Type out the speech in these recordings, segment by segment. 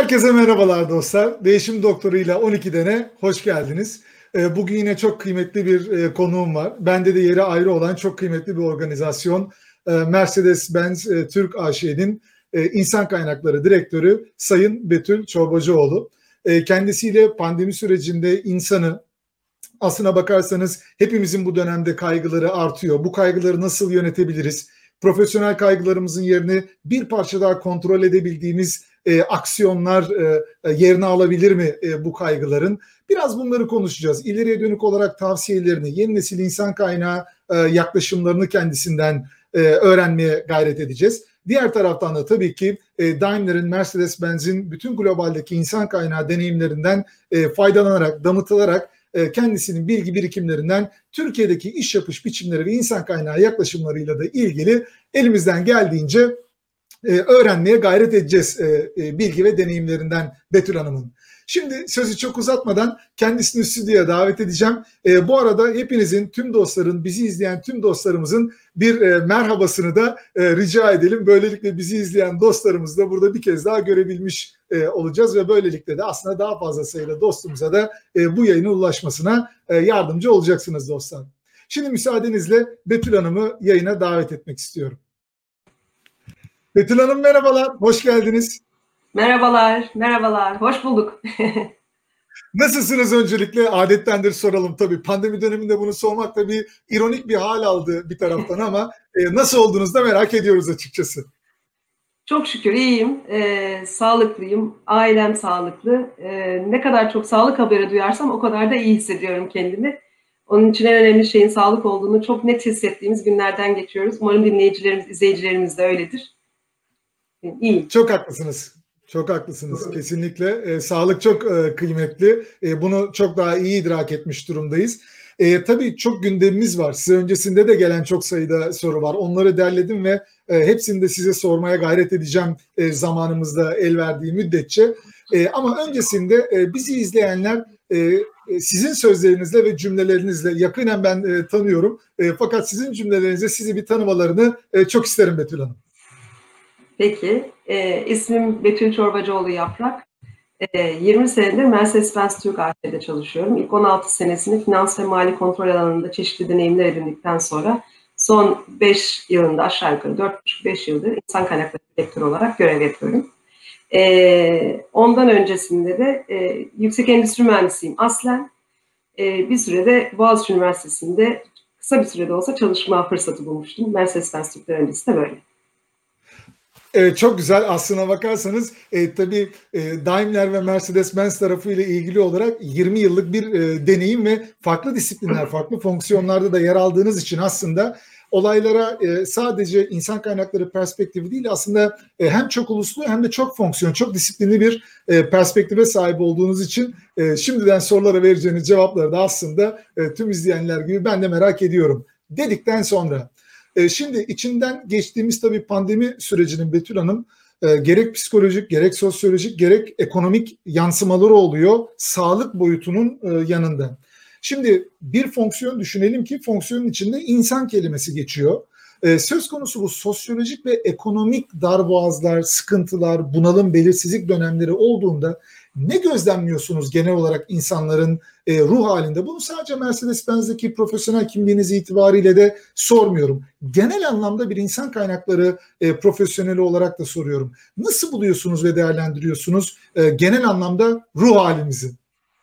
Herkese merhabalar dostlar. Değişim Doktoru'yla 12 dene hoş geldiniz. Bugün yine çok kıymetli bir konuğum var. Bende de yeri ayrı olan çok kıymetli bir organizasyon. Mercedes-Benz Türk AŞ'nin İnsan Kaynakları Direktörü Sayın Betül Çorbacıoğlu. Kendisiyle pandemi sürecinde insanı, aslına bakarsanız hepimizin bu dönemde kaygıları artıyor. Bu kaygıları nasıl yönetebiliriz? Profesyonel kaygılarımızın yerini bir parça daha kontrol edebildiğimiz aksiyonlar yerine alabilir mi bu kaygıların? Biraz bunları konuşacağız. İleriye dönük olarak tavsiyelerini, yeni nesil insan kaynağı yaklaşımlarını kendisinden öğrenmeye gayret edeceğiz. Diğer taraftan da tabii ki Daimler'in, Mercedes-Benz'in bütün globaldeki insan kaynağı deneyimlerinden faydalanarak, damıtılarak kendisinin bilgi birikimlerinden Türkiye'deki iş yapış biçimleri ve insan kaynağı yaklaşımlarıyla da ilgili elimizden geldiğince öğrenmeye gayret edeceğiz bilgi ve deneyimlerinden Betül Hanım'ın. Şimdi sözü çok uzatmadan kendisini stüdyoya davet edeceğim. Bu arada hepinizin, tüm dostların, bizi izleyen tüm dostlarımızın bir merhabasını da rica edelim. Böylelikle bizi izleyen dostlarımızı da burada bir kez daha görebilmiş olacağız ve böylelikle de aslında daha fazla sayıda dostumuza da bu yayına ulaşmasına yardımcı olacaksınız dostlar. Şimdi müsaadenizle Betül Hanım'ı yayına davet etmek istiyorum. Betül Hanım merhabalar, hoş geldiniz. Merhabalar, hoş bulduk. Nasılsınız öncelikle? Adettendir soralım tabii. Pandemi döneminde bunu sormak da bir ironik bir hal aldı bir taraftan ama nasıl olduğunuzu da merak ediyoruz açıkçası. Çok şükür iyiyim, sağlıklıyım, ailem sağlıklı. Ne kadar çok sağlık haberi duyarsam o kadar da iyi hissediyorum kendimi. Onun için en önemli şeyin sağlık olduğunu çok net hissettiğimiz günlerden geçiyoruz. Umarım dinleyicilerimiz, izleyicilerimiz de öyledir. İyiyim. Çok haklısınız. Çok haklısınız. Kesinlikle. Sağlık çok kıymetli. Bunu çok daha iyi idrak etmiş durumdayız. Tabii çok gündemimiz var. Size öncesinde de gelen çok sayıda soru var. Onları derledim ve hepsini de size sormaya gayret edeceğim zamanımızda el verdiği müddetçe. Ama öncesinde bizi izleyenler sizin sözlerinizle ve cümlelerinizle yakinen ben tanıyorum. Fakat sizin cümlelerinizle sizi bir tanımalarını çok isterim Betül Hanım. Peki, ismim Betül Çorbacıoğlu Yaprak. 20 senedir Mercedes-Benz Türk AŞ'de çalışıyorum. İlk 16 senesini finans ve mali kontrol alanında çeşitli deneyimler edindikten sonra son 5 yılında aşağı yukarı 4,5-5 yıldır insan kaynakları direktörü olarak görev yapıyorum. Ondan öncesinde de yüksek endüstri mühendisiyim aslen. Bir sürede Boğaziçi Üniversitesi'nde kısa bir sürede olsa çalışma fırsatı bulmuştum. Mercedes-Benz Türk'ten öncesi de böyle. Çok güzel. Aslına bakarsanız tabii Daimler ve Mercedes-Benz tarafıyla ilgili olarak 20 yıllık bir deneyim ve farklı disiplinler, farklı fonksiyonlarda da yer aldığınız için aslında olaylara sadece insan kaynakları perspektifi değil aslında hem çok uluslu hem de çok fonksiyon, çok disiplinli bir perspektife sahip olduğunuz için şimdiden sorulara vereceğiniz cevapları da aslında tüm izleyenler gibi ben de merak ediyorum dedikten sonra şimdi içinden geçtiğimiz tabii pandemi sürecinin Betül Hanım gerek psikolojik, gerek sosyolojik, gerek ekonomik yansımaları oluyor sağlık boyutunun yanında. Şimdi bir fonksiyon düşünelim ki fonksiyonun içinde insan kelimesi geçiyor. Söz konusu bu sosyolojik ve ekonomik darboğazlar, sıkıntılar, bunalım, belirsizlik dönemleri olduğunda ne gözlemliyorsunuz genel olarak insanların ruh halinde? Bunu sadece Mercedes-Benz'deki profesyonel kimliğiniz itibariyle de sormuyorum. Genel anlamda bir insan kaynakları profesyoneli olarak da soruyorum. Nasıl buluyorsunuz ve değerlendiriyorsunuz genel anlamda ruh halinizi?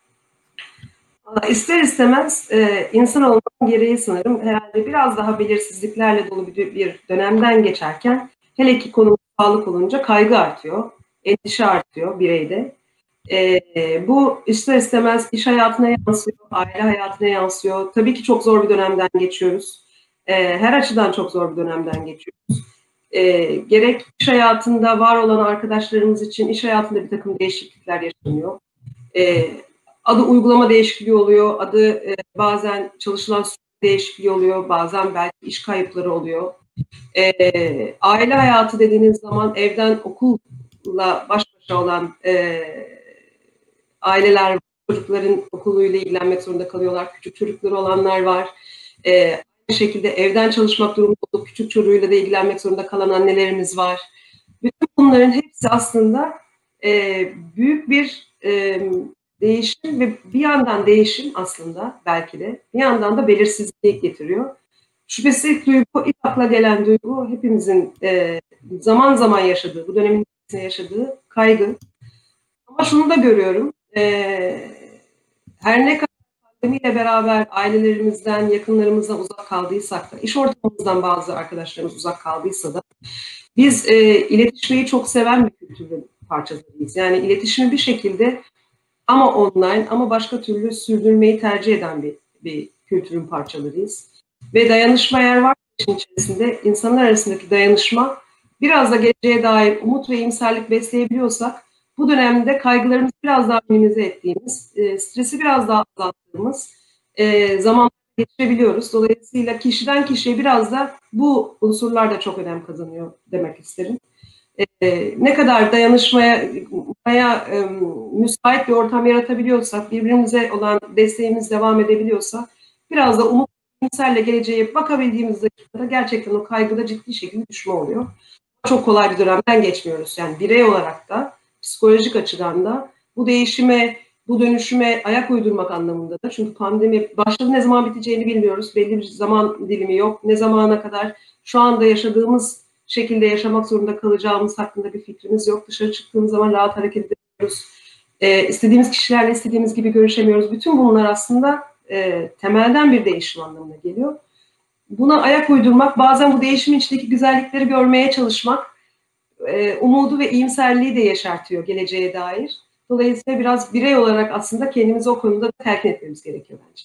İster istemez insan olmanın gereği sanırım herhalde biraz daha belirsizliklerle dolu bir dönemden geçerken hele ki konu sağlık olunca kaygı artıyor, endişe artıyor bireyde. Bu ister istemez iş hayatına yansıyor, aile hayatına yansıyor. Tabii ki çok zor bir dönemden geçiyoruz. Her açıdan çok zor bir dönemden geçiyoruz. Gerek iş hayatında var olan arkadaşlarımız için iş hayatında bir takım değişiklikler yaşanıyor. Adı uygulama değişikliği oluyor, adı bazen çalışılan süre değişikliği oluyor, bazen belki iş kayıpları oluyor. Aile hayatı dediğiniz zaman evden okulla baş başa olan aileler, çocukların okuluyla ilgilenmek zorunda kalıyorlar, küçük çocukları olanlar var. Aynı şekilde evden çalışmak durumunda olup küçük çocuğuyla da ilgilenmek zorunda kalan annelerimiz var. Bütün bunların hepsi aslında büyük bir değişim ve bir yandan değişim aslında belki de bir yandan da belirsizliği getiriyor. Şüphesiz duygu, ilk akla gelen duygu hepimizin zaman zaman yaşadığı, bu dönemin içerisinde yaşadığı kaygı. Ama şunu da görüyorum, her ne kadar pandemiyle beraber ailelerimizden, yakınlarımızdan uzak kaldıysak da, iş ortamımızdan bazı arkadaşlarımız uzak kaldıysa da biz iletişmeyi çok seven bir kültürün parçalarıyız. Yani iletişimi bir şekilde ama online ama başka türlü sürdürmeyi tercih eden bir kültürün parçalarıyız. Ve dayanışma eğer var işin içerisinde, insanlar arasındaki dayanışma biraz da geleceğe dair umut ve iyimserlik besleyebiliyorsak bu dönemde kaygılarımızı biraz daha minimize ettiğimiz, stresi biraz daha azalttığımız zaman geçirebiliyoruz. Dolayısıyla kişiden kişiye biraz da bu unsurlar da çok önem kazanıyor demek isterim. Ne kadar dayanışmaya müsait bir ortam yaratabiliyorsak, birbirimize olan desteğimiz devam edebiliyorsa, biraz da umut, iyimserle geleceğe bakabildiğimiz dakikada gerçekten o kaygıda ciddi şekilde düşme oluyor. Çok kolay bir dönemden geçmiyoruz. Yani birey olarak da, psikolojik açıdan da bu değişime, bu dönüşüme ayak uydurmak anlamında da. Çünkü pandemi başladı, ne zaman biteceğini bilmiyoruz. Belli bir zaman dilimi yok. Ne zamana kadar şu anda yaşadığımız şekilde yaşamak zorunda kalacağımız hakkında bir fikrimiz yok. Dışarı çıktığımız zaman rahat hareket edemiyoruz. İstediğimiz kişilerle istediğimiz gibi görüşemiyoruz. Bütün bunlar aslında temelden bir değişim anlamına geliyor. Buna ayak uydurmak, bazen bu değişimin içindeki güzellikleri görmeye çalışmak, umudu ve iyimserliği de yeşertiyor geleceğe dair. Dolayısıyla biraz birey olarak aslında kendimizi o konuda telkin etmemiz gerekiyor bence.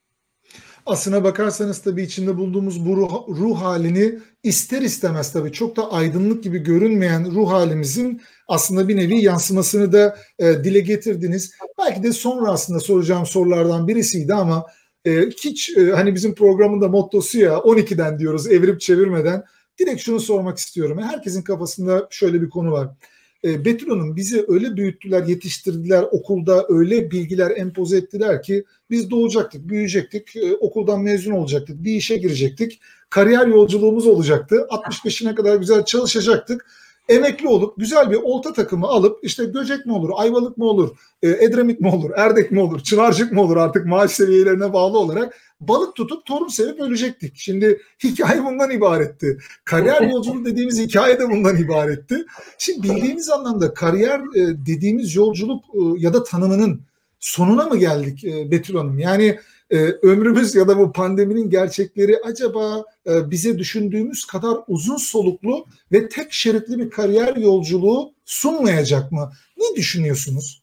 Aslına bakarsanız tabii içinde bulunduğumuz bu ruh halini ister istemez tabii çok da aydınlık gibi görünmeyen ruh halimizin aslında bir nevi yansımasını da dile getirdiniz. Belki de sonra aslında soracağım sorulardan birisiydi ama hiç hani bizim programın da mottosu ya 12'den diyoruz evirip çevirmeden. Direkt şunu sormak istiyorum. Herkesin kafasında şöyle bir konu var. Betül Hanım bizi öyle büyüttüler, yetiştirdiler, okulda öyle bilgiler empoze ettiler ki biz doğacaktık, büyüyecektik, okuldan mezun olacaktık, bir işe girecektik, kariyer yolculuğumuz olacaktı, 65'ine kadar güzel çalışacaktık, emekli olup güzel bir olta takımı alıp işte Göcek mi olur, Ayvalık mı olur, Edremit mi olur, Erdek mi olur, Çınarcık mı olur artık maaş seviyelerine bağlı olarak balık tutup torun sevip ölecektik. Şimdi hikaye bundan ibaretti. Kariyer yolculuğu dediğimiz hikaye de bundan ibaretti. Şimdi bildiğimiz anlamda kariyer dediğimiz yolculuk ya da tanımının sonuna mı geldik Betül Hanım? Yani ömrümüz ya da bu pandeminin gerçekleri acaba bize düşündüğümüz kadar uzun soluklu ve tek şeritli bir kariyer yolculuğu sunmayacak mı? Ne düşünüyorsunuz?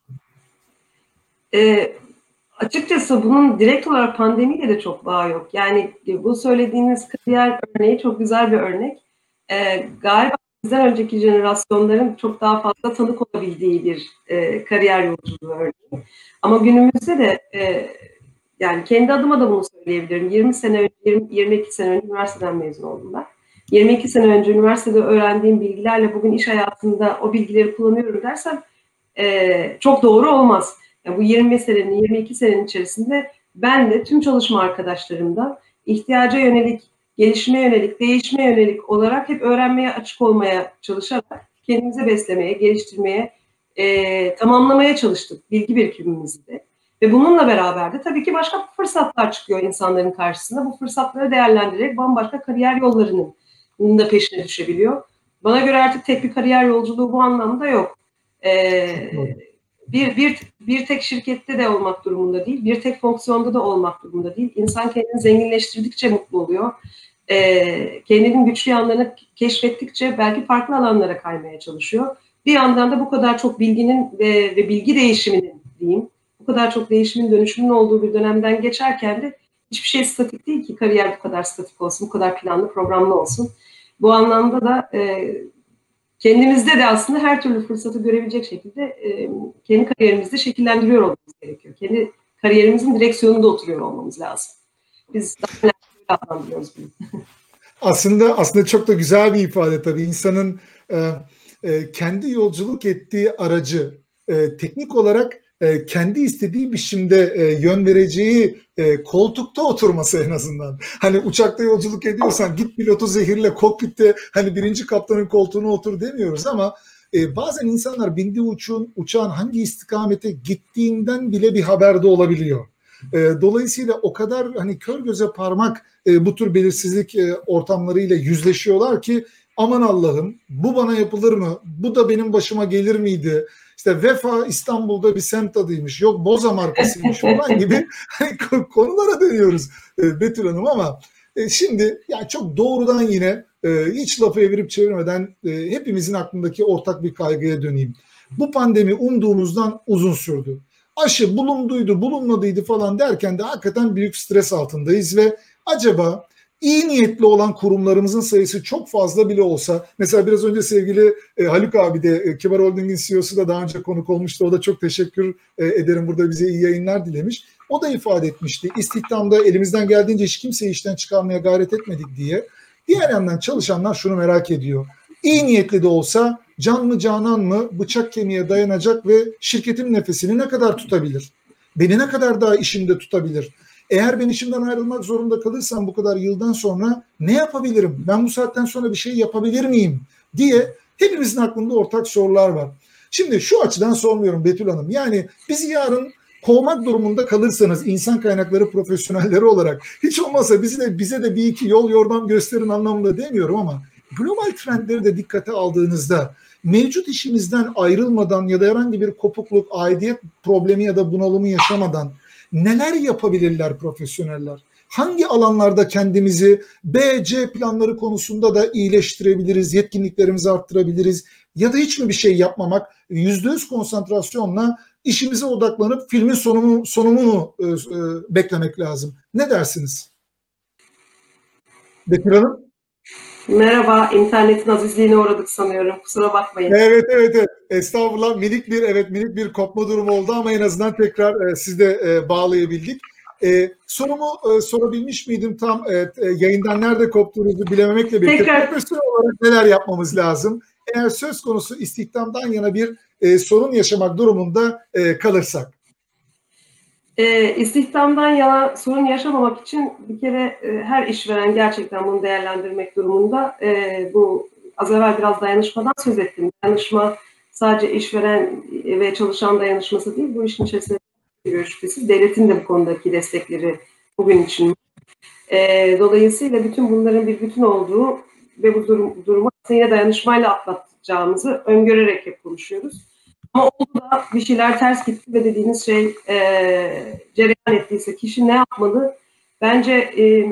Açıkçası bunun direkt olarak pandemiyle de çok bağı yok. Yani bu söylediğiniz kariyer örneği çok güzel bir örnek. Galiba bizden önceki jenerasyonların çok daha fazla tanık olabildiği bir kariyer yolculuğu örneği. Ama günümüzde de yani kendi adıma da bunu söyleyebilirim. 20 sene önce, 22 sene önce üniversiteden mezun oldum ben. 22 sene önce üniversitede öğrendiğim bilgilerle bugün iş hayatında o bilgileri kullanıyorum dersem çok doğru olmaz. Yani bu 20 senenin, 22 senenin içerisinde ben de tüm çalışma arkadaşlarımda ihtiyaca yönelik, gelişime yönelik, değişime yönelik olarak hep öğrenmeye açık olmaya çalışarak kendimizi beslemeye, geliştirmeye, tamamlamaya çalıştık bilgi birikimimizi de. Ve bununla beraber de tabii ki başka fırsatlar çıkıyor insanların karşısına. Bu fırsatları değerlendirerek bambaşka kariyer yollarının da peşine düşebiliyor. Bana göre artık tek bir kariyer yolculuğu bu anlamda yok. Bir tek şirkette de olmak durumunda değil, bir tek fonksiyonda da olmak durumunda değil. İnsan kendini zenginleştirdikçe mutlu oluyor. Kendinin güçlü yanlarını keşfettikçe belki farklı alanlara kaymaya çalışıyor. Bir yandan da bu kadar çok bilginin ve bilgi değişiminin diyeyim, bu kadar çok değişimin, dönüşümün olduğu bir dönemden geçerken de hiçbir şey statik değil ki kariyer bu kadar statik olsun, bu kadar planlı, programlı olsun. Bu anlamda da kendimizde de aslında her türlü fırsatı görebilecek şekilde kendi kariyerimizi şekillendiriyor olmamız gerekiyor. Kendi kariyerimizin direksiyonunda oturuyor olmamız lazım. Biz daha öyle adlandırıyoruz bunu. Aslında çok da güzel bir ifade tabii. İnsanın kendi yolculuk ettiği aracı teknik olarak kendi istediği biçimde yön vereceği koltukta oturması en azından. Hani uçakta yolculuk ediyorsan git pilotu zehirle kokpitte hani birinci kaptanın koltuğuna otur demiyoruz ama Bazen insanlar bindiği uçağın hangi istikamete gittiğinden bile bir haberde olabiliyor. Dolayısıyla o kadar hani kör göze parmak bu tür belirsizlik ortamlarıyla yüzleşiyorlar ki aman Allah'ım bu bana yapılır mı? Bu da benim başıma gelir miydi? İşte Vefa İstanbul'da bir semt adıymış. Yok Boza markasıymış falan gibi konulara dönüyoruz Betül Hanım ama şimdi yani çok doğrudan yine hiç lafı evirip çevirmeden hepimizin aklındaki ortak bir kaygıya döneyim. Bu pandemi umduğumuzdan uzun sürdü. Aşı bulunduydu, bulunmadıydı falan derken de hakikaten büyük stres altındayız ve acaba iyi niyetli olan kurumlarımızın sayısı çok fazla bile olsa, mesela biraz önce sevgili Haluk abi de Kibar Holding'in CEO'su da daha önce konuk olmuştu. O da çok teşekkür ederim, burada bize iyi yayınlar dilemiş. O da ifade etmişti. İstihdamda elimizden geldiğince hiç kimseyi işten çıkarmaya gayret etmedik diye. Diğer yandan çalışanlar şunu merak ediyor. İyi niyetli de olsa can mı canan mı bıçak kemiğe dayanacak ve şirketin nefesini ne kadar tutabilir? Beni ne kadar daha işimde tutabilir? Eğer ben işimden ayrılmak zorunda kalırsam bu kadar yıldan sonra ne yapabilirim? Ben bu saatten sonra bir şey yapabilir miyim? Diye hepimizin aklında ortak sorular var. Şimdi şu açıdan sormuyorum Betül Hanım. Yani bizi yarın kovmak durumunda kalırsanız insan kaynakları profesyonelleri olarak hiç olmazsa bize de bir iki yol yordam gösterin anlamında demiyorum ama global trendleri de dikkate aldığınızda mevcut işimizden ayrılmadan ya da herhangi bir kopukluk, aidiyet problemi ya da bunalımı yaşamadan neler yapabilirler profesyoneller? Hangi alanlarda kendimizi B, C planları konusunda da iyileştirebiliriz, yetkinliklerimizi arttırabiliriz ya da hiç mi bir şey yapmamak, %100 konsantrasyonla işimize odaklanıp filmin sonunu beklemek lazım. Ne dersiniz? Betül Hanım? Merhaba, internetin azizliğine uğradık sanıyorum. Kusura bakmayın. Evet. Estağfurullah, minik bir kopma durumu oldu ama en azından tekrar siz de bağlayabildik. Sorumu sorabilmiş miydim tam yayından nerede koptuğunuzu bilememekle birlikte profesyonel olarak neler yapmamız lazım? Eğer söz konusu istihdamdan yana bir sorun yaşamak durumunda kalırsak. İstihdamdan yana sorun yaşamamak için bir kere her işveren gerçekten bunu değerlendirmek durumunda. Bu az evvel biraz dayanışmadan söz ettim. Dayanışma sadece işveren ve çalışan dayanışması değil, bu işin içerisinde şüphesiz devletin de bu konudaki destekleri bugün için. Dolayısıyla bütün bunların bir bütün olduğu ve bu durumu yine dayanışmayla atlatacağımızı öngörerek hep konuşuyoruz. Ama oldu da bir şeyler ters gitti ve dediğiniz şey cereyan ettiyse kişi ne yapmalı? Bence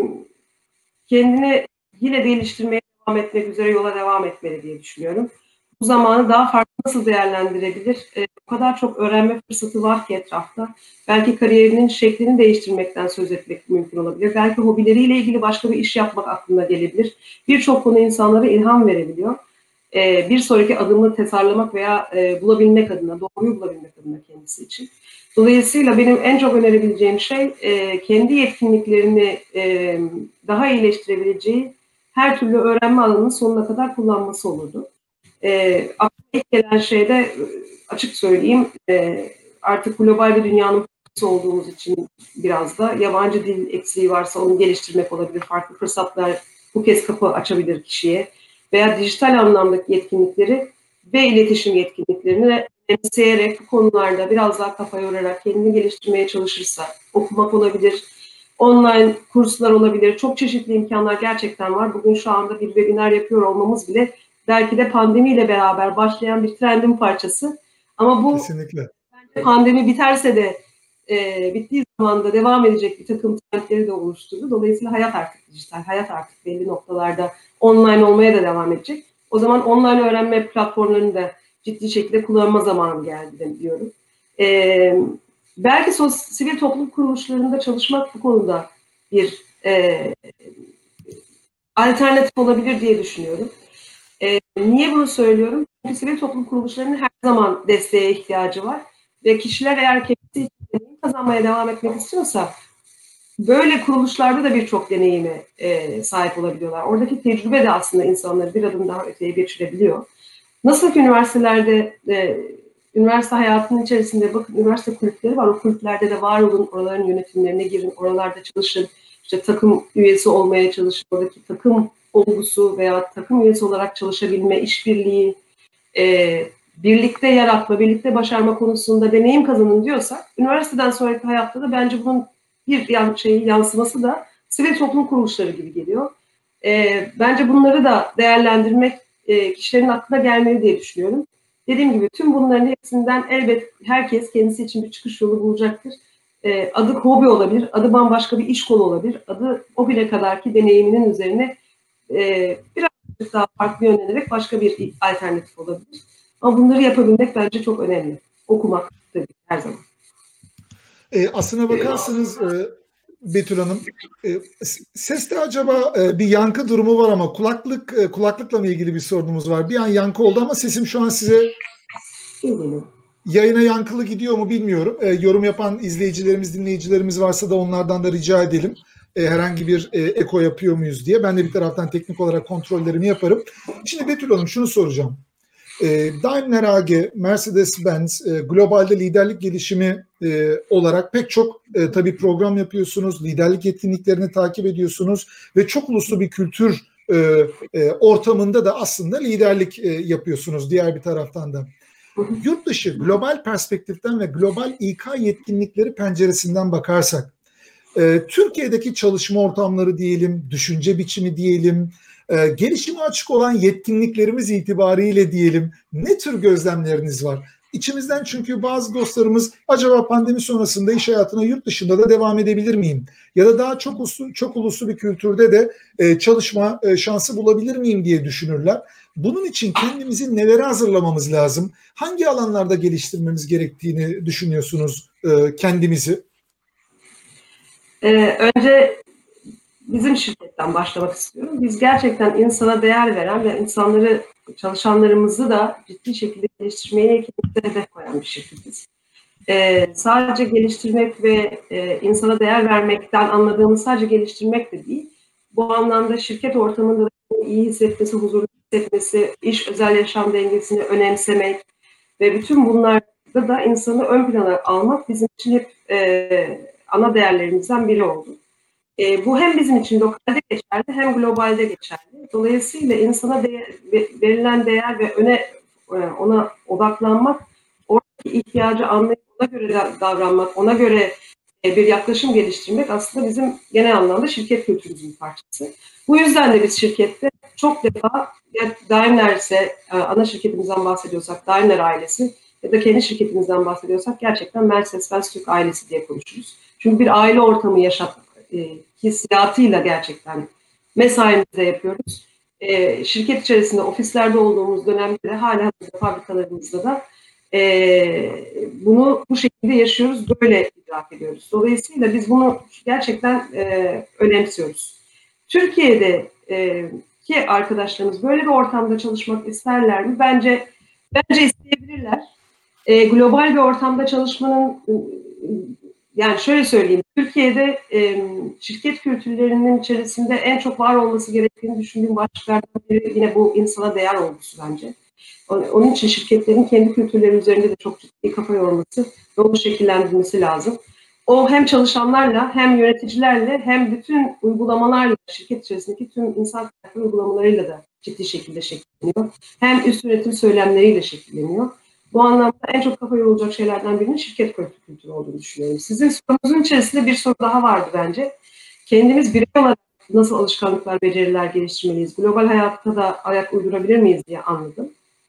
kendini yine geliştirmeye devam etmek üzere yola devam etmeli diye düşünüyorum. Bu zamanı daha farklı nasıl değerlendirebilir? O kadar çok öğrenme fırsatı var ki etrafta. Belki kariyerinin şeklini değiştirmekten söz etmek mümkün olabilir. Belki hobileriyle ilgili başka bir iş yapmak aklına gelebilir. Birçok konu insanlara ilham verebiliyor. Bir sonraki adımı tasarlamak veya bulabilmek adına, doğruyu bulabilmek adına kendisi için. Dolayısıyla benim en çok önerebileceğim şey kendi yetkinliklerini daha iyileştirebileceği her türlü öğrenme alanını sonuna kadar kullanması olurdu. Aklıma ilk gelen şey de açık söyleyeyim, artık global bir dünyanın parçası olduğumuz için biraz da yabancı dil eksiği varsa onu geliştirmek olabilir. Farklı fırsatlar bu kez kapı açabilir kişiye. Veya dijital anlamdaki yetkinlikleri ve iletişim yetkinliklerini önemseyerek bu konularda biraz daha kafa yorarak kendini geliştirmeye çalışırsa, okumak olabilir, online kurslar olabilir, çok çeşitli imkanlar gerçekten var. Bugün şu anda bir webinar yapıyor olmamız bile belki de pandemiyle beraber başlayan bir trendin parçası. Ama bu kesinlikle pandemi biterse de bittiği zaman da devam edecek bir takım trendleri de oluşturdu. Dolayısıyla hayat artık dijital, hayat artık belli noktalarda online olmaya da devam edecek. O zaman online öğrenme platformlarını da ciddi şekilde kullanma zamanı geldi diyorum. Belki sivil toplum kuruluşlarında çalışmak bu konuda bir alternatif olabilir diye düşünüyorum. Niye bunu söylüyorum? Çünkü sivil toplum kuruluşlarının her zaman desteğe ihtiyacı var. Ve kişiler eğer kendisi için deneyim kazanmaya devam etmek istiyorsa böyle kuruluşlarda da birçok deneyime sahip olabiliyorlar. Oradaki tecrübe de aslında insanları bir adım daha öteye geçirebiliyor. Nasıl ki üniversitelerde, üniversite hayatının içerisinde bakın üniversite kulüpleri var. O kulüplerde de var olun, oraların yönetimlerine girin, oralarda çalışın. İşte takım üyesi olmaya çalışın. Oradaki takım olgusu veya takım üyesi olarak çalışabilme, işbirliği, birlikte yaratma, birlikte başarma konusunda deneyim kazanın diyorsak, üniversiteden sonraki hayatta da bence bunun bir yansıması da sivil toplum kuruluşları gibi geliyor. Bence bunları da değerlendirmek kişilerin aklına gelmeli diye düşünüyorum. Dediğim gibi tüm bunların hepsinden elbet herkes kendisi için bir çıkış yolu bulacaktır. Adı hobi olabilir, adı bambaşka bir iş kolu olabilir, adı o güne kadarki deneyiminin üzerine biraz daha farklı yönlenerek başka bir alternatif olabilir. Ama bunları yapabilmek bence çok önemli. Okumak tabii her zaman. Aslına bakarsanız Betül Hanım, seste acaba bir yankı durumu var ama kulaklıkla mı ilgili bir sorunumuz var? Bir an yankı oldu ama sesim şu an size yayına yankılı gidiyor mu bilmiyorum. Yorum yapan izleyicilerimiz, dinleyicilerimiz varsa da onlardan da rica edelim. Herhangi bir eko yapıyor muyuz diye. Ben de bir taraftan teknik olarak kontrollerimi yaparım. Şimdi Betül Hanım şunu soracağım. Daimler AG, Mercedes-Benz globalde liderlik gelişimi olarak pek çok tabii program yapıyorsunuz, liderlik etkinliklerini takip ediyorsunuz ve çok uluslu bir kültür ortamında da aslında liderlik yapıyorsunuz diğer bir taraftan da. Yurt dışı global perspektiften ve global İK yetkinlikleri penceresinden bakarsak, Türkiye'deki çalışma ortamları diyelim, düşünce biçimi diyelim, gelişime açık olan yetkinliklerimiz itibariyle diyelim, ne tür gözlemleriniz var? İçimizden çünkü bazı dostlarımız acaba pandemi sonrasında iş hayatına yurt dışında da devam edebilir miyim? Ya da daha çok uluslu bir kültürde de çalışma şansı bulabilir miyim diye düşünürler. Bunun için kendimizi nelere hazırlamamız lazım? Hangi alanlarda geliştirmemiz gerektiğini düşünüyorsunuz kendimizi? Önce bizim şirketten başlamak istiyorum. Biz gerçekten insana değer veren ve insanları, çalışanlarımızı da ciddi şekilde geliştirmeye kendimize hedef koyan bir şirketiz. Sadece geliştirmek ve insana değer vermekten anladığımız sadece geliştirmek de değil. Bu anlamda şirket ortamında iyi hissetmesi, huzurlu hissetmesi, iş özel yaşam dengesini önemsemek ve bütün bunlarda da insanı ön plana almak bizim için hep ana değerlerimizden biri oldu. Bu hem bizim için lokalde geçerli hem globalde geçerli. Dolayısıyla insana verilen değer ve ona odaklanmak, oradaki ihtiyacı anlayıp ona göre davranmak, ona göre bir yaklaşım geliştirmek aslında bizim genel anlamda şirket kültürümüzün bir parçası. Bu yüzden de biz şirkette çok defa Daimler ise ana şirketimizden bahsediyorsak Daimler ailesi ya da kendi şirketimizden bahsediyorsak gerçekten Mercedes-Benz Türk ailesi diye konuşuruz. Çünkü bir aile ortamı hissiyatıyla gerçekten mesaimizde yapıyoruz. Şirket içerisinde ofislerde olduğumuz dönemde de hala fabrikalarımızda da bunu bu şekilde yaşıyoruz, böyle idrak ediyoruz. Dolayısıyla biz bunu gerçekten önemsiyoruz. Türkiye'de ki arkadaşlarımız böyle bir ortamda çalışmak isterler mi? Bence isteyebilirler. Global bir ortamda çalışmanın, yani şöyle söyleyeyim, Türkiye'de şirket kültürlerinin içerisinde en çok var olması gerektiğini düşündüğüm başlıklardan biri yine bu insana değer olgusu bence. Onun için şirketlerin kendi kültürleri üzerinde de çok ciddi kafa yorması ve onu şekillendirmesi lazım. O hem çalışanlarla hem yöneticilerle hem bütün uygulamalarla, şirket içerisindeki tüm insan kaynakları uygulamalarıyla da ciddi şekilde şekilleniyor. Hem üst yönetim söylemleriyle şekilleniyor. Bu anlamda en çok kafa yorulacak şeylerden birinin şirket kültürü olduğunu düşünüyorum. Sizin sorunuzun içerisinde bir soru daha vardı bence. Kendimiz birey olarak nasıl alışkanlıklar, beceriler geliştirmeliyiz? Global hayatta da ayak uydurabilir miyiz diye anladım.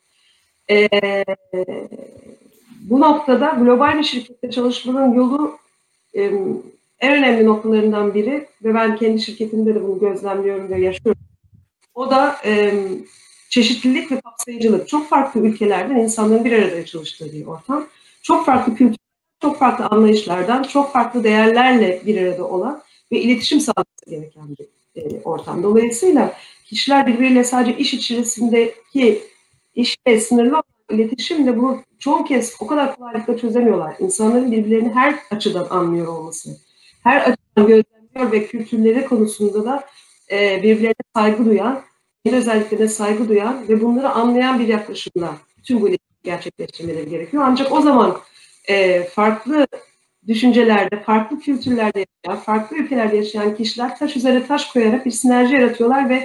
Bu noktada global bir şirkette çalışmanın yolu en önemli noktalarından biri ve ben kendi şirketimde de bunu gözlemliyorum ve yaşıyorum. O da çeşitlilik ve kapsayıcılık. Çok farklı ülkelerden insanların bir arada çalıştığı bir ortam. Çok farklı kültür, çok farklı anlayışlardan, çok farklı değerlerle bir arada olan ve iletişim sağlaması gereken bir ortam. Dolayısıyla kişiler birbiriyle sadece iş içerisindeki işle sınırlı olan iletişimle bunu çoğu kez o kadar kolaylıkla çözemiyorlar. İnsanların birbirlerini her açıdan anlıyor olması, her açıdan gözlemliyor ve kültürleri konusunda da birbirlerine saygı duyan, kendi özelliklerine saygı duyan ve bunları anlayan bir yaklaşımla tüm bu iletişimi gerçekleştirmeleri gerekiyor. Ancak o zaman farklı düşüncelerde, farklı kültürlerde yaşayan, farklı ülkelerde yaşayan kişiler taş üzerine taş koyarak bir sinerji yaratıyorlar ve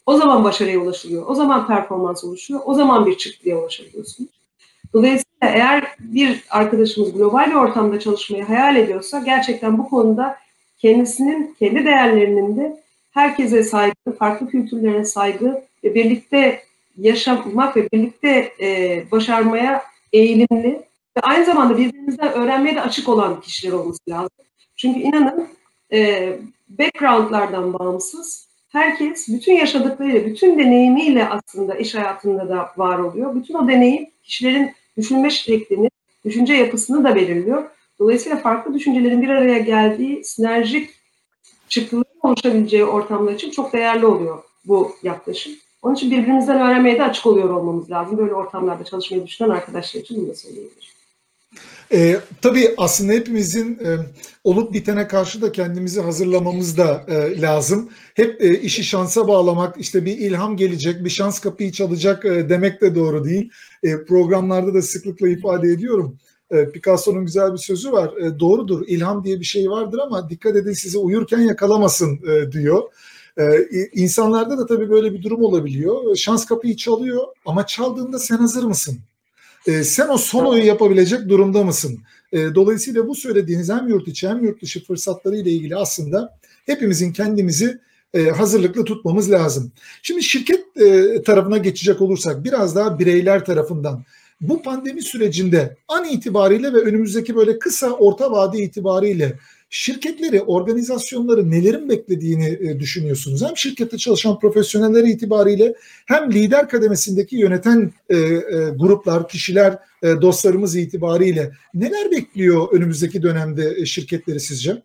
O zaman başarıya ulaşılıyor. O zaman performans oluşuyor. O zaman bir çıktıya ulaşabiliyorsunuz. Dolayısıyla eğer bir arkadaşımız global bir ortamda çalışmayı hayal ediyorsa gerçekten bu konuda kendisinin, kendi değerlerinin de herkese saygı, farklı kültürlere saygı ve birlikte yaşamak ve birlikte başarmaya eğilimli ve aynı zamanda birbirimizden öğrenmeye de açık olan kişiler olması lazım. Çünkü inanın backgroundlardan bağımsız herkes bütün yaşadıklarıyla, bütün deneyimiyle aslında iş hayatında da var oluyor. Bütün o deneyim kişilerin düşünme şeklini, düşünce yapısını da belirliyor. Dolayısıyla farklı düşüncelerin bir araya geldiği sinerjik çıktıların oluşabileceği ortamlar için çok değerli oluyor bu yaklaşım. Onun için birbirimizden öğrenmeye de açık oluyor olmamız lazım. Böyle ortamlarda çalışmayı düşünen arkadaşlar için bunu da söyleyebilirim. Tabii aslında hepimizin olup bitene karşı da kendimizi hazırlamamız da lazım. Hep işi şansa bağlamak, işte bir ilham gelecek, bir şans kapıyı çalacak demek de doğru değil. Programlarda da sıklıkla ifade ediyorum. Picasso'nun güzel bir sözü var. Doğrudur, ilham diye bir şey vardır ama dikkat edin sizi uyurken yakalamasın diyor. İnsanlarda da tabii böyle bir durum olabiliyor. Şans kapıyı çalıyor ama çaldığında sen hazır mısın? Sen o son oyu yapabilecek durumda mısın? Dolayısıyla bu söylediğiniz hem yurt içi hem yurt dışı fırsatları ile ilgili aslında hepimizin kendimizi hazırlıklı tutmamız lazım. Şimdi şirket tarafına geçecek olursak biraz daha bireyler tarafından bu pandemi sürecinde an itibariyle ve önümüzdeki böyle kısa orta vade itibariyle şirketleri, organizasyonları nelerin beklediğini düşünüyorsunuz? Hem şirkette çalışan profesyoneller itibariyle hem lider kademesindeki yöneten gruplar, kişiler, dostlarımız itibariyle neler bekliyor önümüzdeki dönemde şirketleri sizce?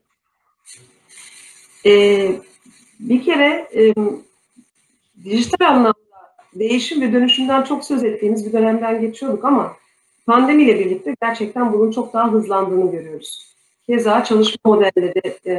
Bir kere dijital anlamda değişim ve dönüşümden çok söz ettiğimiz bir dönemden geçiyorduk ama pandemiyle birlikte gerçekten bunun çok daha hızlandığını görüyoruz. Keza çalışma modelleri,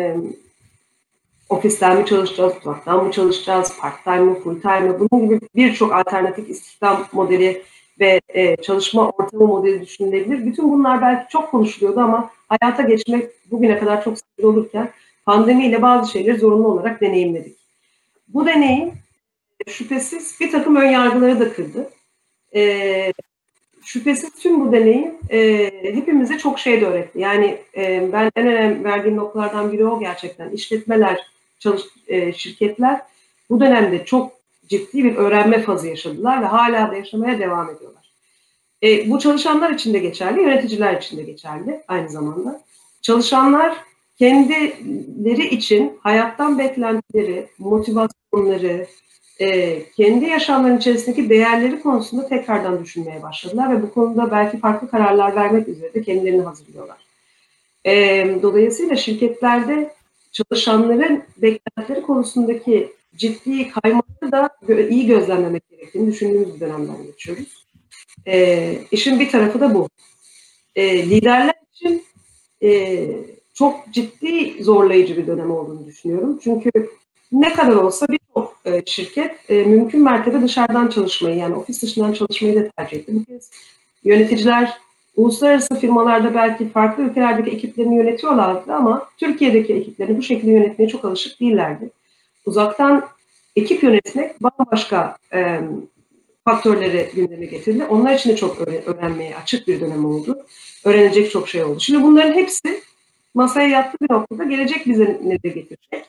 ofisten mi çalışacağız, uzaktan mı çalışacağız, part-time mi, full-time mi, bunun gibi birçok alternatif istihdam modeli ve çalışma ortamı modeli düşünülebilir. Bütün bunlar belki çok konuşuluyordu ama hayata geçmek bugüne kadar çok sıkıntı olurken pandemiyle bazı şeyleri zorunlu olarak deneyimledik. Bu deneyim şüphesiz bir takım ön yargıları da kırdı. Şüphesiz tüm bu deneyim hepimize çok şey de öğretti. Yani ben en önem verdiğim noktalardan biri o gerçekten. İşletmeler, şirketler bu dönemde çok ciddi bir öğrenme fazı yaşadılar ve hala da yaşamaya devam ediyorlar. Bu çalışanlar için de geçerli, yöneticiler için de geçerli aynı zamanda. Çalışanlar kendileri için hayattan beklentileri, motivasyonları, kendi yaşamlarının içerisindeki değerleri konusunda tekrardan düşünmeye başladılar ve bu konuda belki farklı kararlar vermek üzere de kendilerini hazırlıyorlar. Dolayısıyla şirketlerde çalışanların beklentileri konusundaki ciddi kaymaları da iyi gözlemlemek gerektiğini düşündüğümüz bir dönemden geçiyoruz. İşin bir tarafı da bu. Liderler için çok ciddi zorlayıcı bir dönem olduğunu düşünüyorum. Çünkü ne kadar olsa birçok şirket mümkün mertebe dışarıdan çalışmayı, yani ofis dışından çalışmayı da tercih etti. Bu kez yöneticiler uluslararası firmalarda belki farklı ülkelerdeki ekiplerini yönetiyorlardı ama Türkiye'deki ekiplerini bu şekilde yönetmeye çok alışık değillerdi. Uzaktan ekip yönetmek bambaşka faktörleri gündeme getirdi. Onlar için de çok öğrenmeye açık bir dönem oldu. Öğrenecek çok şey oldu. Şimdi bunların hepsi masaya yattığı bir noktada gelecek bize ne de getirecek.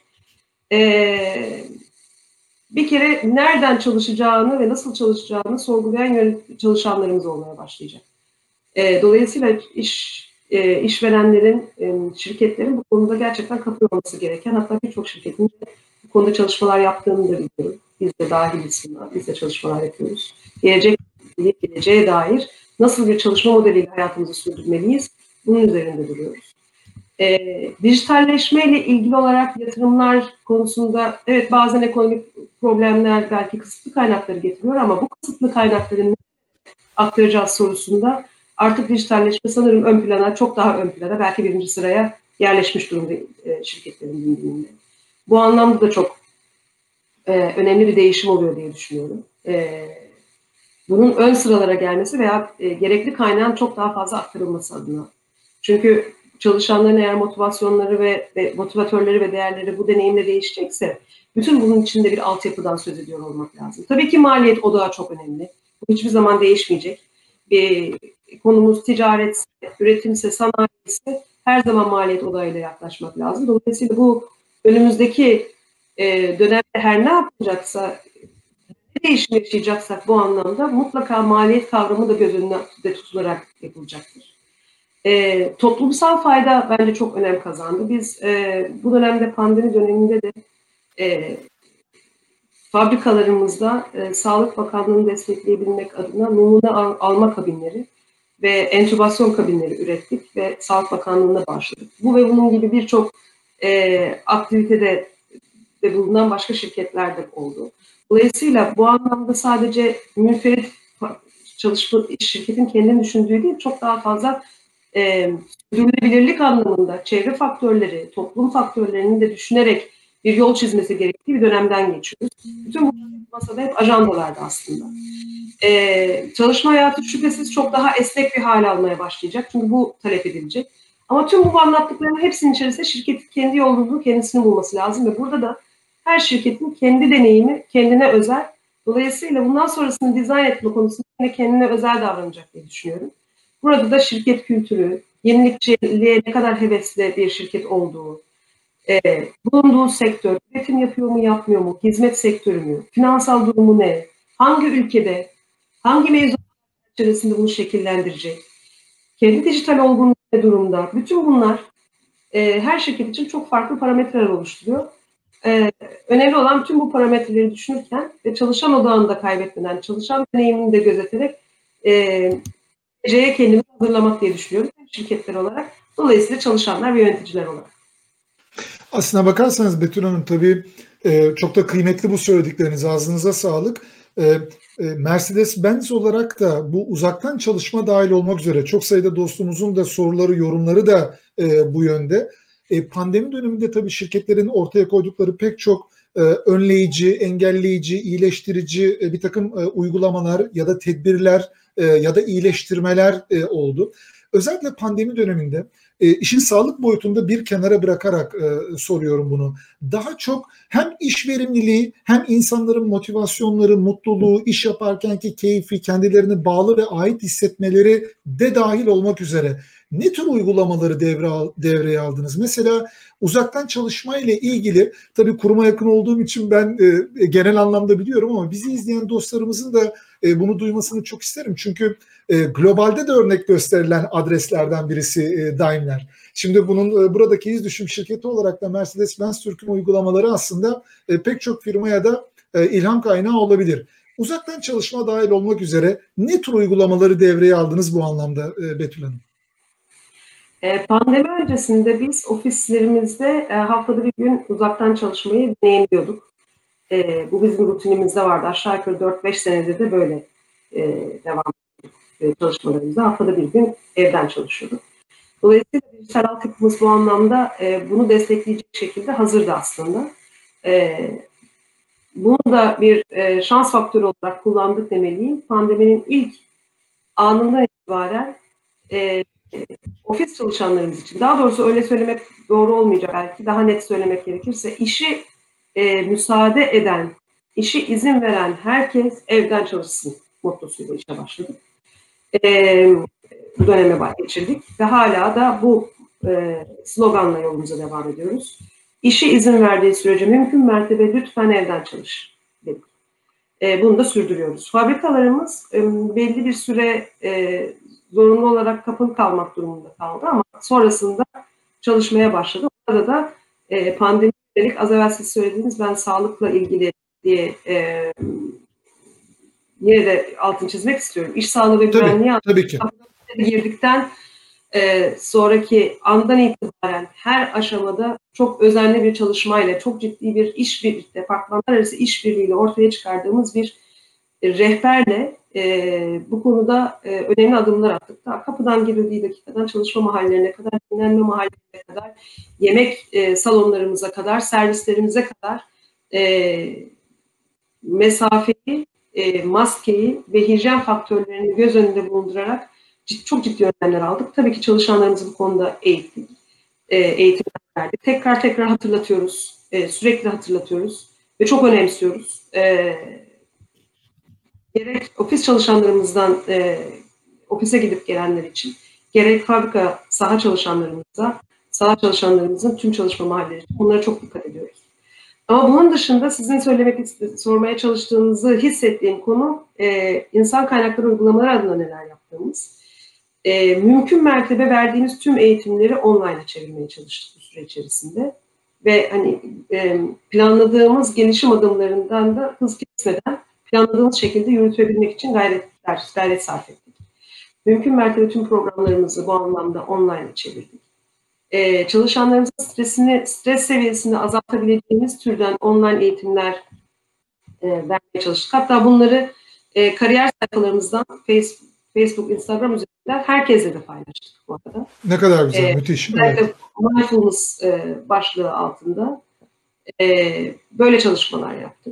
Bir kere nereden çalışacağını ve nasıl çalışacağını sorgulayan çalışanlarımız olmaya başlayacak. Dolayısıyla işverenlerin, şirketlerin bu konuda gerçekten katı olması gereken, hatta birçok şirketin bu konuda çalışmalar yaptığını da biliyorum. Biz de dahiliz buna, biz de çalışmalar yapıyoruz. Geleceğe dair nasıl bir çalışma modeliyle hayatımızı sürdürmeliyiz, bunun üzerinde duruyoruz. Dijitalleşme ile ilgili olarak yatırımlar konusunda evet bazen ekonomik problemler belki kısıtlı kaynakları getiriyor ama bu kısıtlı kaynakların aktaracağız sorusunda artık dijitalleşme sanırım ön plana, çok daha ön plana, belki birinci sıraya yerleşmiş durumda şirketlerin gündeminde. Bu anlamda da çok önemli bir değişim oluyor diye düşünüyorum. Bunun ön sıralara gelmesi veya gerekli kaynağın çok daha fazla aktarılması adına. Çünkü çalışanların eğer motivasyonları ve motivatörleri ve değerleri bu deneyimle değişecekse bütün bunun içinde bir altyapıdan söz ediyor olmak lazım. Tabii ki maliyet odağı çok önemli. Bu hiçbir zaman değişmeyecek. Konumuz ticaretse, üretimse, sanayiyse her zaman maliyet odağıyla yaklaşmak lazım. Dolayısıyla bu önümüzdeki dönemde her ne yapılacaksa, ne değişim yaşayacaksak bu anlamda mutlaka maliyet kavramı da göz önünde tutularak yapılacaktır. Toplumsal fayda bence çok önem kazandı. Biz bu dönemde pandemi döneminde de fabrikalarımızda Sağlık Bakanlığı'nı destekleyebilmek adına numune alma kabinleri ve entübasyon kabinleri ürettik ve Sağlık Bakanlığı'na başladık. Bu ve bunun gibi birçok aktivitede de bulunan başka şirketler de oldu. Dolayısıyla bu anlamda sadece münferit çalışma şirketin kendini düşündüğü değil, çok daha fazla sürdürülebilirlik anlamında çevre faktörleri, toplum faktörlerini de düşünerek bir yol çizmesi gerektiği bir dönemden geçiyoruz. Bütün bu masada hep ajandalarda aslında. Çalışma hayatı şüphesiz çok daha esnek bir hale almaya başlayacak. Çünkü bu talep edilecek. Ama tüm bu anlattıklarının hepsinin içerisinde şirketin kendi yolunu kendisini bulması lazım ve burada da her şirketin kendi deneyimi kendine özel. Dolayısıyla bundan sonrasını dizayn etme konusunda yine kendine özel davranacak diye düşünüyorum. Burada da şirket kültürü, yenilikçiliğe ne kadar hevesli bir şirket olduğu, bulunduğu sektör, üretim yapıyor mu yapmıyor mu, hizmet sektörü mü, finansal durumu ne, hangi ülkede, hangi mevzu içerisinde bunu şekillendirecek, kendi dijital olgunluğu ne durumda, bütün bunlar her şirket için çok farklı parametreler oluşturuyor. Önemli olan bütün bu parametreleri düşünürken ve çalışan odağını da kaybetmeden, çalışan deneyimini de gözeterek geleceğe kendimizi hazırlamak diye düşünüyorum şirketler olarak. Dolayısıyla çalışanlar ve yöneticiler olarak. Aslına bakarsanız Betül Hanım tabii çok da kıymetli bu söyledikleriniz. Ağzınıza sağlık. Mercedes-Benz olarak da bu uzaktan çalışma dahil olmak üzere çok sayıda dostumuzun da soruları, yorumları da bu yönde. Pandemi döneminde tabii şirketlerin ortaya koydukları pek çok önleyici, engelleyici, iyileştirici bir takım uygulamalar ya da tedbirler ya da iyileştirmeler oldu. Özellikle pandemi döneminde işin sağlık boyutunda bir kenara bırakarak soruyorum bunu. Daha çok hem iş verimliliği hem insanların motivasyonları, mutluluğu, iş yaparkenki keyfi, kendilerini bağlı ve ait hissetmeleri de dahil olmak üzere ne tür uygulamaları devreye aldınız? Mesela uzaktan çalışma ile ilgili tabii kuruma yakın olduğum için ben genel anlamda biliyorum ama bizi izleyen dostlarımızın da bunu duymasını çok isterim. Çünkü globalde de örnek gösterilen adreslerden birisi Daimler. Şimdi bunun buradaki iz düşüm şirketi olarak da Mercedes-Benz Türk'ün uygulamaları aslında pek çok firmaya da ilham kaynağı olabilir. Uzaktan çalışma dahil olmak üzere ne tür uygulamaları devreye aldınız bu anlamda Betül Hanım? Pandemi öncesinde biz ofislerimizde haftada bir gün uzaktan çalışmayı deneyimliyorduk. Bu bizim rutinimizde vardı. Aşağı yukarı 4-5 senedir de böyle devam çalışmalarımızda haftada bir gün evden çalışıyorduk. Dolayısıyla dijital altyapımız bu anlamda bunu destekleyecek şekilde hazırdı aslında. Bunu da bir şans faktörü olarak kullandık demeliyim. Pandeminin ilk anından itibaren ofis çalışanlarımız için, daha doğrusu öyle söylemek doğru olmayacak belki, daha net söylemek gerekirse, işi müsaade eden, işi izin veren herkes evden çalışsın mottosuyla işe başladık. Bu döneme geçirdik ve hala da bu sloganla yolumuza devam ediyoruz. İşi izin verdiği sürece mümkün mertebe lütfen evden çalış dedik. Bunu da sürdürüyoruz. Fabrikalarımız belli bir süre zorunlu olarak kapalı kalmak durumunda kaldı ama sonrasında çalışmaya başladı. Orada da pandemi yönelik az evvel siz söylediğiniz ben sağlıkla ilgili diye yine de altını çizmek istiyorum. İş sağlığı ve güvenliği tabii ki. girdikten sonraki andan itibaren her aşamada çok özenli bir çalışmayla, çok ciddi bir işbirliği, departmanlar arası işbirliğiyle ortaya çıkardığımız bir rehberle bu konuda önemli adımlar attık. Daha kapıdan girildiği dakikadan çalışma mahallelerine kadar, dinlenme mahallelerine kadar, yemek salonlarımıza kadar, servislerimize kadar mesafeyi, maskeyi ve hijyen faktörlerini göz önünde bulundurarak çok ciddi önlemler aldık. Tabii ki çalışanlarımızı bu konuda eğittik. Eğitim verdik. Tekrar hatırlatıyoruz. Sürekli hatırlatıyoruz. Ve çok önemsiyoruz. Gerek ofis çalışanlarımızdan ofise gidip gelenler için, gerek fabrika saha çalışanlarımızın tüm çalışma mahalleleri için bunlara çok dikkat ediyoruz. Ama bunun dışında sizin sormaya çalıştığınızı hissettiğim konu insan kaynakları uygulamaları adına neler yaptığımız. Mümkün mertebe verdiğimiz tüm eğitimleri online'a çevirmeye çalıştık bu süre içerisinde. Ve hani planladığımız gelişim adımlarından da hız kesmeden planladığımız şekilde yürütebilmek için gayret sarf ettik. Mümkün mertebe tüm programlarımızı bu anlamda online'a çevirdik. Çalışanlarımızın stres seviyesini azaltabileceğimiz türden online eğitimler vermeye çalıştık. Hatta bunları kariyer sayfalarımızdan Facebook, Instagram üzerinden herkesle de paylaştık bu arada. Ne kadar güzel, müthiş. Evet. Mindfulness başlığı altında böyle çalışmalar yaptık.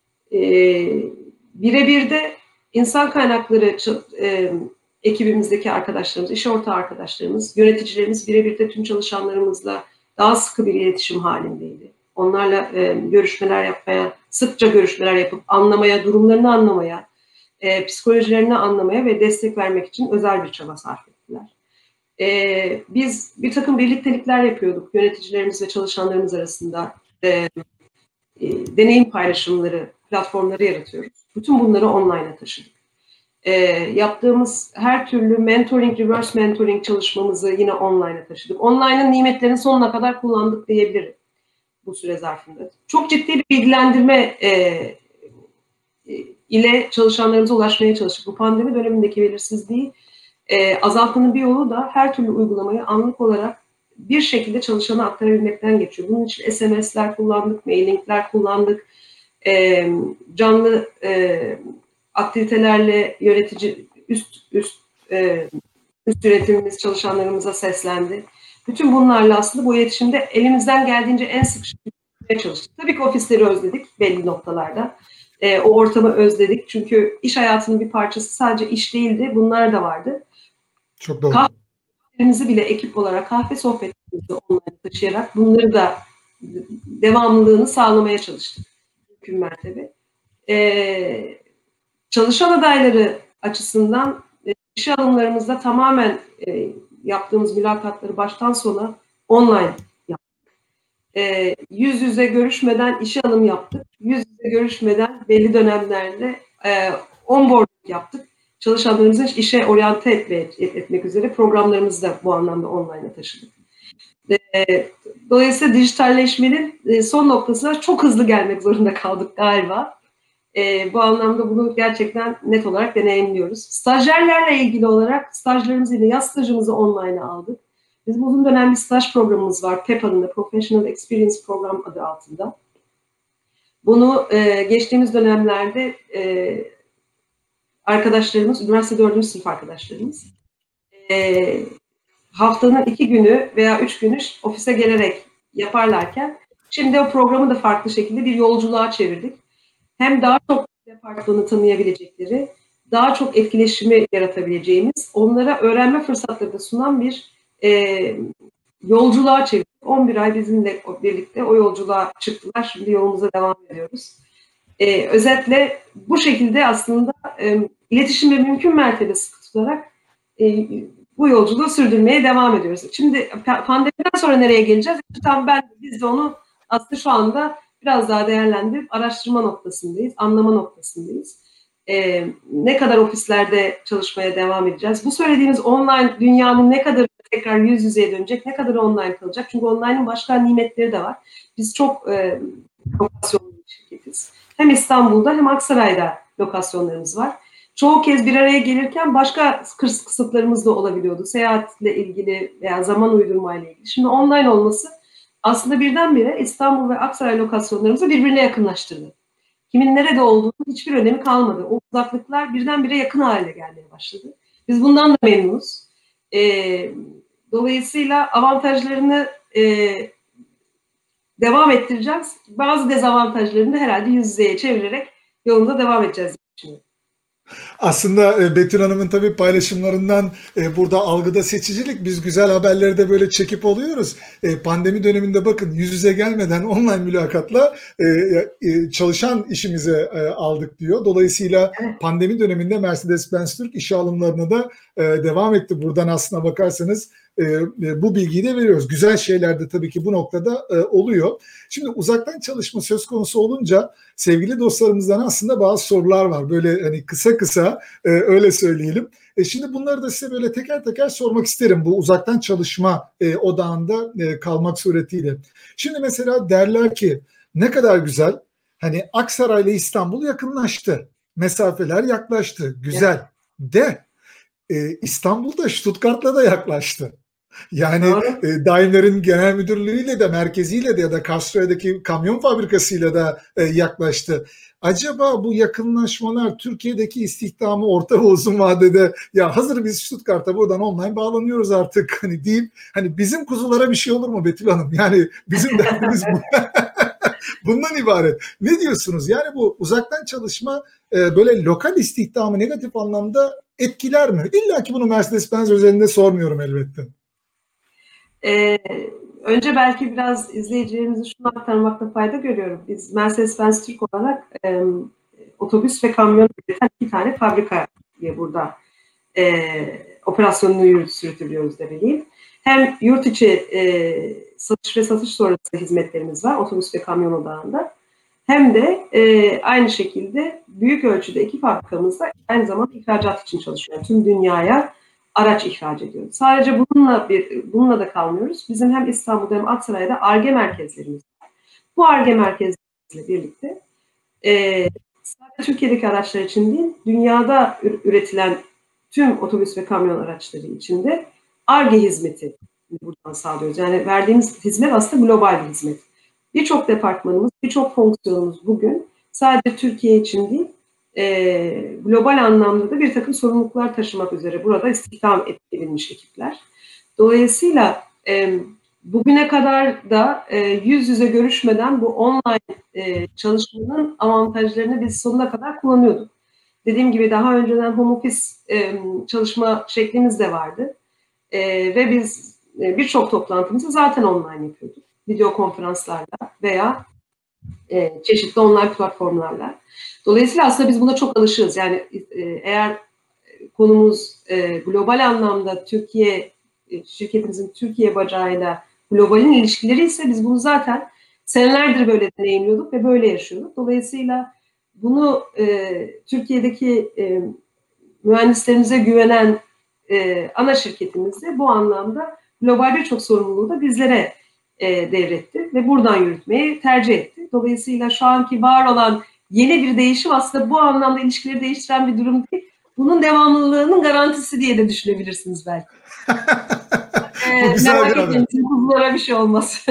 Birebir de insan kaynakları ekibimizdeki arkadaşlarımız, iş ortağı arkadaşlarımız, yöneticilerimiz birebir de tüm çalışanlarımızla daha sıkı bir iletişim halindeydi. Onlarla görüşmeler yapmaya, sıkça görüşmeler yapıp anlamaya, durumlarını anlamaya, psikolojilerini anlamaya ve destek vermek için özel bir çaba sarf ettiler. Biz bir takım birliktelikler yapıyorduk yöneticilerimiz ve çalışanlarımız arasında. Deneyim paylaşımları, platformları yaratıyoruz. Bütün bunları online'a taşıdık. Yaptığımız her türlü mentoring, reverse mentoring çalışmamızı yine online'a taşıdık. Online'ın nimetlerini sonuna kadar kullandık diyebilirim bu süre zarfında. Çok ciddi bir bilgilendirme ile çalışanlarımıza ulaşmaya çalıştık. Bu pandemi dönemindeki belirsizliği azaltmanın bir yolu da her türlü uygulamayı anlık olarak bir şekilde çalışana aktarabilmekten geçiyor. Bunun için SMS'ler kullandık, mailingler kullandık, canlı aktivitelerle yönetici, üst yönetimimiz çalışanlarımıza seslendi. Bütün bunlarla aslında bu iletişimde elimizden geldiğince en sık şekilde çalıştık. Tabii ki ofisleri özledik belli noktalarda. O ortamı özledik. Çünkü iş hayatının bir parçası sadece iş değildi. Bunlar da vardı. Çok doğru. Kahvelerimizi bile ekip olarak kahve sohbetlerimizi online taşıyarak bunları da devamlılığını sağlamaya çalıştık. Mümkün mertebe. Çalışan adayları açısından işe alımlarımızda tamamen yaptığımız mülakatları baştan sona online yaptık. Yüz yüze görüşmeden işe alım yaptık. Yüz yüze görüşmeden belli dönemlerde onboarding yaptık. Çalışanlarımızı işe oryante etmek üzere programlarımızı da bu anlamda online'a taşıdık. Dolayısıyla dijitalleşmenin son noktasına çok hızlı gelmek zorunda kaldık galiba. Bu anlamda bunu gerçekten net olarak deneyimliyoruz. Stajyerlerle ilgili olarak stajlarımızı yine yaz stajımızı online'a aldık. Bizim uzun dönem bir staj programımız var. PEP adında, Professional Experience Program adı altında. Bunu geçtiğimiz dönemlerde arkadaşlarımız, üniversite 4. sınıf arkadaşlarımız haftanın 2 günü veya 3 günü ofise gelerek yaparlarken şimdi o programı da farklı şekilde bir yolculuğa çevirdik. Hem daha çok departmanı tanıyabilecekleri, daha çok etkileşimi yaratabileceğimiz, onlara öğrenme fırsatları da sunan bir yolculuğa çevirdik. 11 ay bizimle birlikte o yolculuğa çıktılar. Şimdi yolumuza devam ediyoruz. Özetle bu şekilde aslında iletişimi mümkün mertebe sıkı tutarak bu yolculuğu sürdürmeye devam ediyoruz. Şimdi pandemiden sonra nereye geleceğiz? Biz de onu aslında şu anda biraz daha değerlendirip araştırma noktasındayız, anlama noktasındayız. Ne kadar ofislerde çalışmaya devam edeceğiz? Bu söylediğimiz online dünyanın ne kadar tekrar yüz yüzeye dönecek, ne kadar online kalacak? Çünkü online'ın başka nimetleri de var. Biz çok lokasyonlu bir şirketiz. Hem İstanbul'da hem Aksaray'da lokasyonlarımız var. Çoğu kez bir araya gelirken başka kısıtlarımız da olabiliyordu. Seyahatle ilgili veya zaman uydurmayla ilgili. Şimdi online olması aslında birdenbire İstanbul ve Aksaray lokasyonlarımızı birbirine yakınlaştırdı. Kimin nerede olduğunun hiçbir önemi kalmadı. O uzaklıklar birdenbire yakın hale gelmeye başladı. Biz bundan da memnunuz. Dolayısıyla avantajlarını devam ettireceğiz. Bazı dezavantajlarını da herhalde yüz yüzeye çevirerek yolunda devam edeceğiz diye düşünüyorum. Aslında Betül Hanım'ın tabii paylaşımlarından burada algıda seçicilik, biz güzel haberleri de böyle çekip oluyoruz. Pandemi döneminde bakın yüz yüze gelmeden online mülakatla çalışan işimize aldık diyor. Dolayısıyla Evet. pandemi döneminde Mercedes-Benz Türk işe alımlarına da devam etti. Buradan aslına bakarsanız bu bilgiyi de veriyoruz. Güzel şeyler de tabii ki bu noktada oluyor. Şimdi uzaktan çalışma söz konusu olunca sevgili dostlarımızdan aslında bazı sorular var. Böyle hani kısa kısa öyle söyleyelim. Şimdi bunları da size böyle teker teker sormak isterim bu uzaktan çalışma odağında kalmak suretiyle. Şimdi mesela derler ki ne kadar güzel, hani Aksaray ile İstanbul yakınlaştı. Mesafeler yaklaştı. Güzel. De İstanbul'da Stuttgart'la da yaklaştı. Yani Doğru. Daimler'in genel müdürlüğüyle de merkeziyle de ya da Castro'daki kamyon fabrikasıyla da yaklaştı. Acaba bu yakınlaşmalar Türkiye'deki istihdamı orta ve uzun vadede, ya hazır biz Stuttgart'a buradan online bağlanıyoruz artık hani deyip, hani bizim kuzulara bir şey olur mu Betül Hanım? Yani bizim derdimiz bu. Bundan ibaret. Ne diyorsunuz? Yani bu uzaktan çalışma böyle lokal istihdamı negatif anlamda etkiler mi? İlla ki bunu Mercedes-Benz özelinde sormuyorum elbette. Ee, Önce belki biraz izleyicilerimize şunu aktarmakta fayda görüyorum. Biz Mercedes-Benz Türk olarak otobüs ve kamyon üreten 2 tane fabrikaya burada operasyonunu sürdürüyoruz demeliyim. Hem yurt içi satış ve satış sonrası hizmetlerimiz var otobüs ve kamyon odağında. Hem de aynı şekilde büyük ölçüde 2 fabrikamızda aynı zamanda ihracat için çalışıyor. Tüm dünyaya araç ihraç ediyoruz. Sadece bununla da kalmıyoruz. Bizim hem İstanbul'da hem Aksaray'da Ar-Ge merkezlerimiz var. Bu Ar-Ge merkezlerimizle birlikte sadece Türkiye'deki araçlar için değil, dünyada üretilen tüm otobüs ve kamyon araçları için de Ar-Ge hizmeti buradan sağlıyoruz. Yani verdiğimiz hizmet aslında global bir hizmet. Birçok departmanımız, birçok fonksiyonumuz bugün sadece Türkiye için değil, global anlamda da bir takım sorumluluklar taşımak üzere burada istihdam edilmiş ekipler. Dolayısıyla bugüne kadar da yüz yüze görüşmeden bu online çalışmanın avantajlarını biz sonuna kadar kullanıyorduk. Dediğim gibi daha önceden home office çalışma şeklimiz de vardı. Ve biz birçok toplantımızı zaten online yapıyorduk. Video konferanslarla veya çeşitli online platformlarla. Dolayısıyla aslında biz buna çok alışığız. Yani eğer konumuz global anlamda şirketimizin Türkiye bacağıyla globalin ilişkileri ise biz bunu zaten senelerdir böyle deneyimliyorduk ve böyle yaşıyorduk. Dolayısıyla bunu Türkiye'deki mühendislerimize güvenen ana şirketimiz de bu anlamda global birçok sorumluluğu da bizlere devretti ve buradan yürütmeyi tercih etti. Dolayısıyla şu anki var olan yeni bir değişim aslında bu anlamda ilişkileri değiştiren bir durum değil. Bunun devamlılığının garantisi diye de düşünebilirsiniz belki. Bu güzel bir Merak haber. etmeyin, sizin kuzulara bir şey olmaz.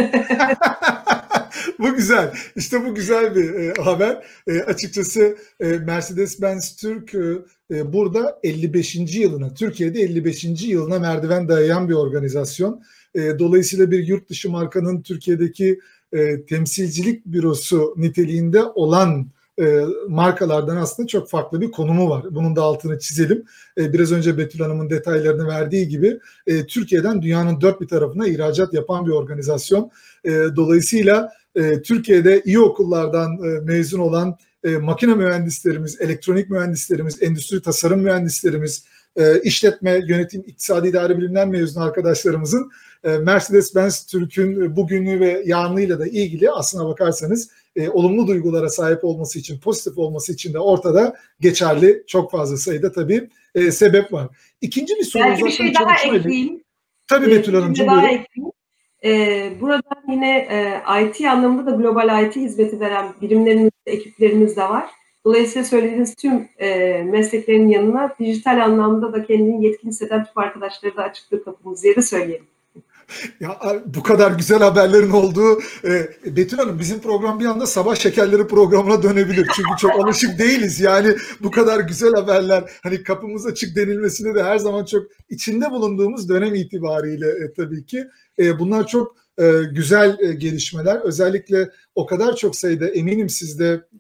Bu güzel. İşte bu güzel bir haber. Açıkçası Mercedes-Benz Türk burada 55. yılına, Türkiye'de 55. yılına merdiven dayayan bir organizasyon. Dolayısıyla bir yurt dışı markanın Türkiye'deki temsilcilik bürosu niteliğinde olan markalardan aslında çok farklı bir konumu var. Bunun da altını çizelim. Biraz önce Betül Hanım'ın detaylarını verdiği gibi Türkiye'den dünyanın dört bir tarafına ihracat yapan bir organizasyon. Dolayısıyla Türkiye'de iyi okullardan mezun olan makine mühendislerimiz, elektronik mühendislerimiz, endüstri tasarım mühendislerimiz, işletme, yönetim, iktisadi idare bilimler mezunu arkadaşlarımızın Mercedes-Benz Türk'ün bugünü ve yarınıyla da ilgili aslına bakarsanız olumlu duygulara sahip olması için, pozitif olması için de ortada geçerli çok fazla sayıda tabii sebep var. İkinci bir soru Belki bir şey daha ekleyeyim. Tabii Betül Hanımcığım, buyurun. Buradan yine IT anlamında da global IT hizmeti veren birimlerimiz, ekiplerimiz de var. Dolayısıyla söylediğiniz tüm mesleklerin yanına dijital anlamda da kendini yetkin hisseden tüm arkadaşları da açıklığı kapımız diye de söyleyelim. Ya bu kadar güzel haberlerin olduğu Betül Hanım, bizim program bir anda sabah şekerleri programına dönebilir. Çünkü çok alışık değiliz. Yani bu kadar güzel haberler, hani kapımız açık denilmesine de her zaman çok içinde bulunduğumuz dönem itibariyle tabii ki bunlar çok güzel gelişmeler. Özellikle o kadar çok sayıda, eminim siz de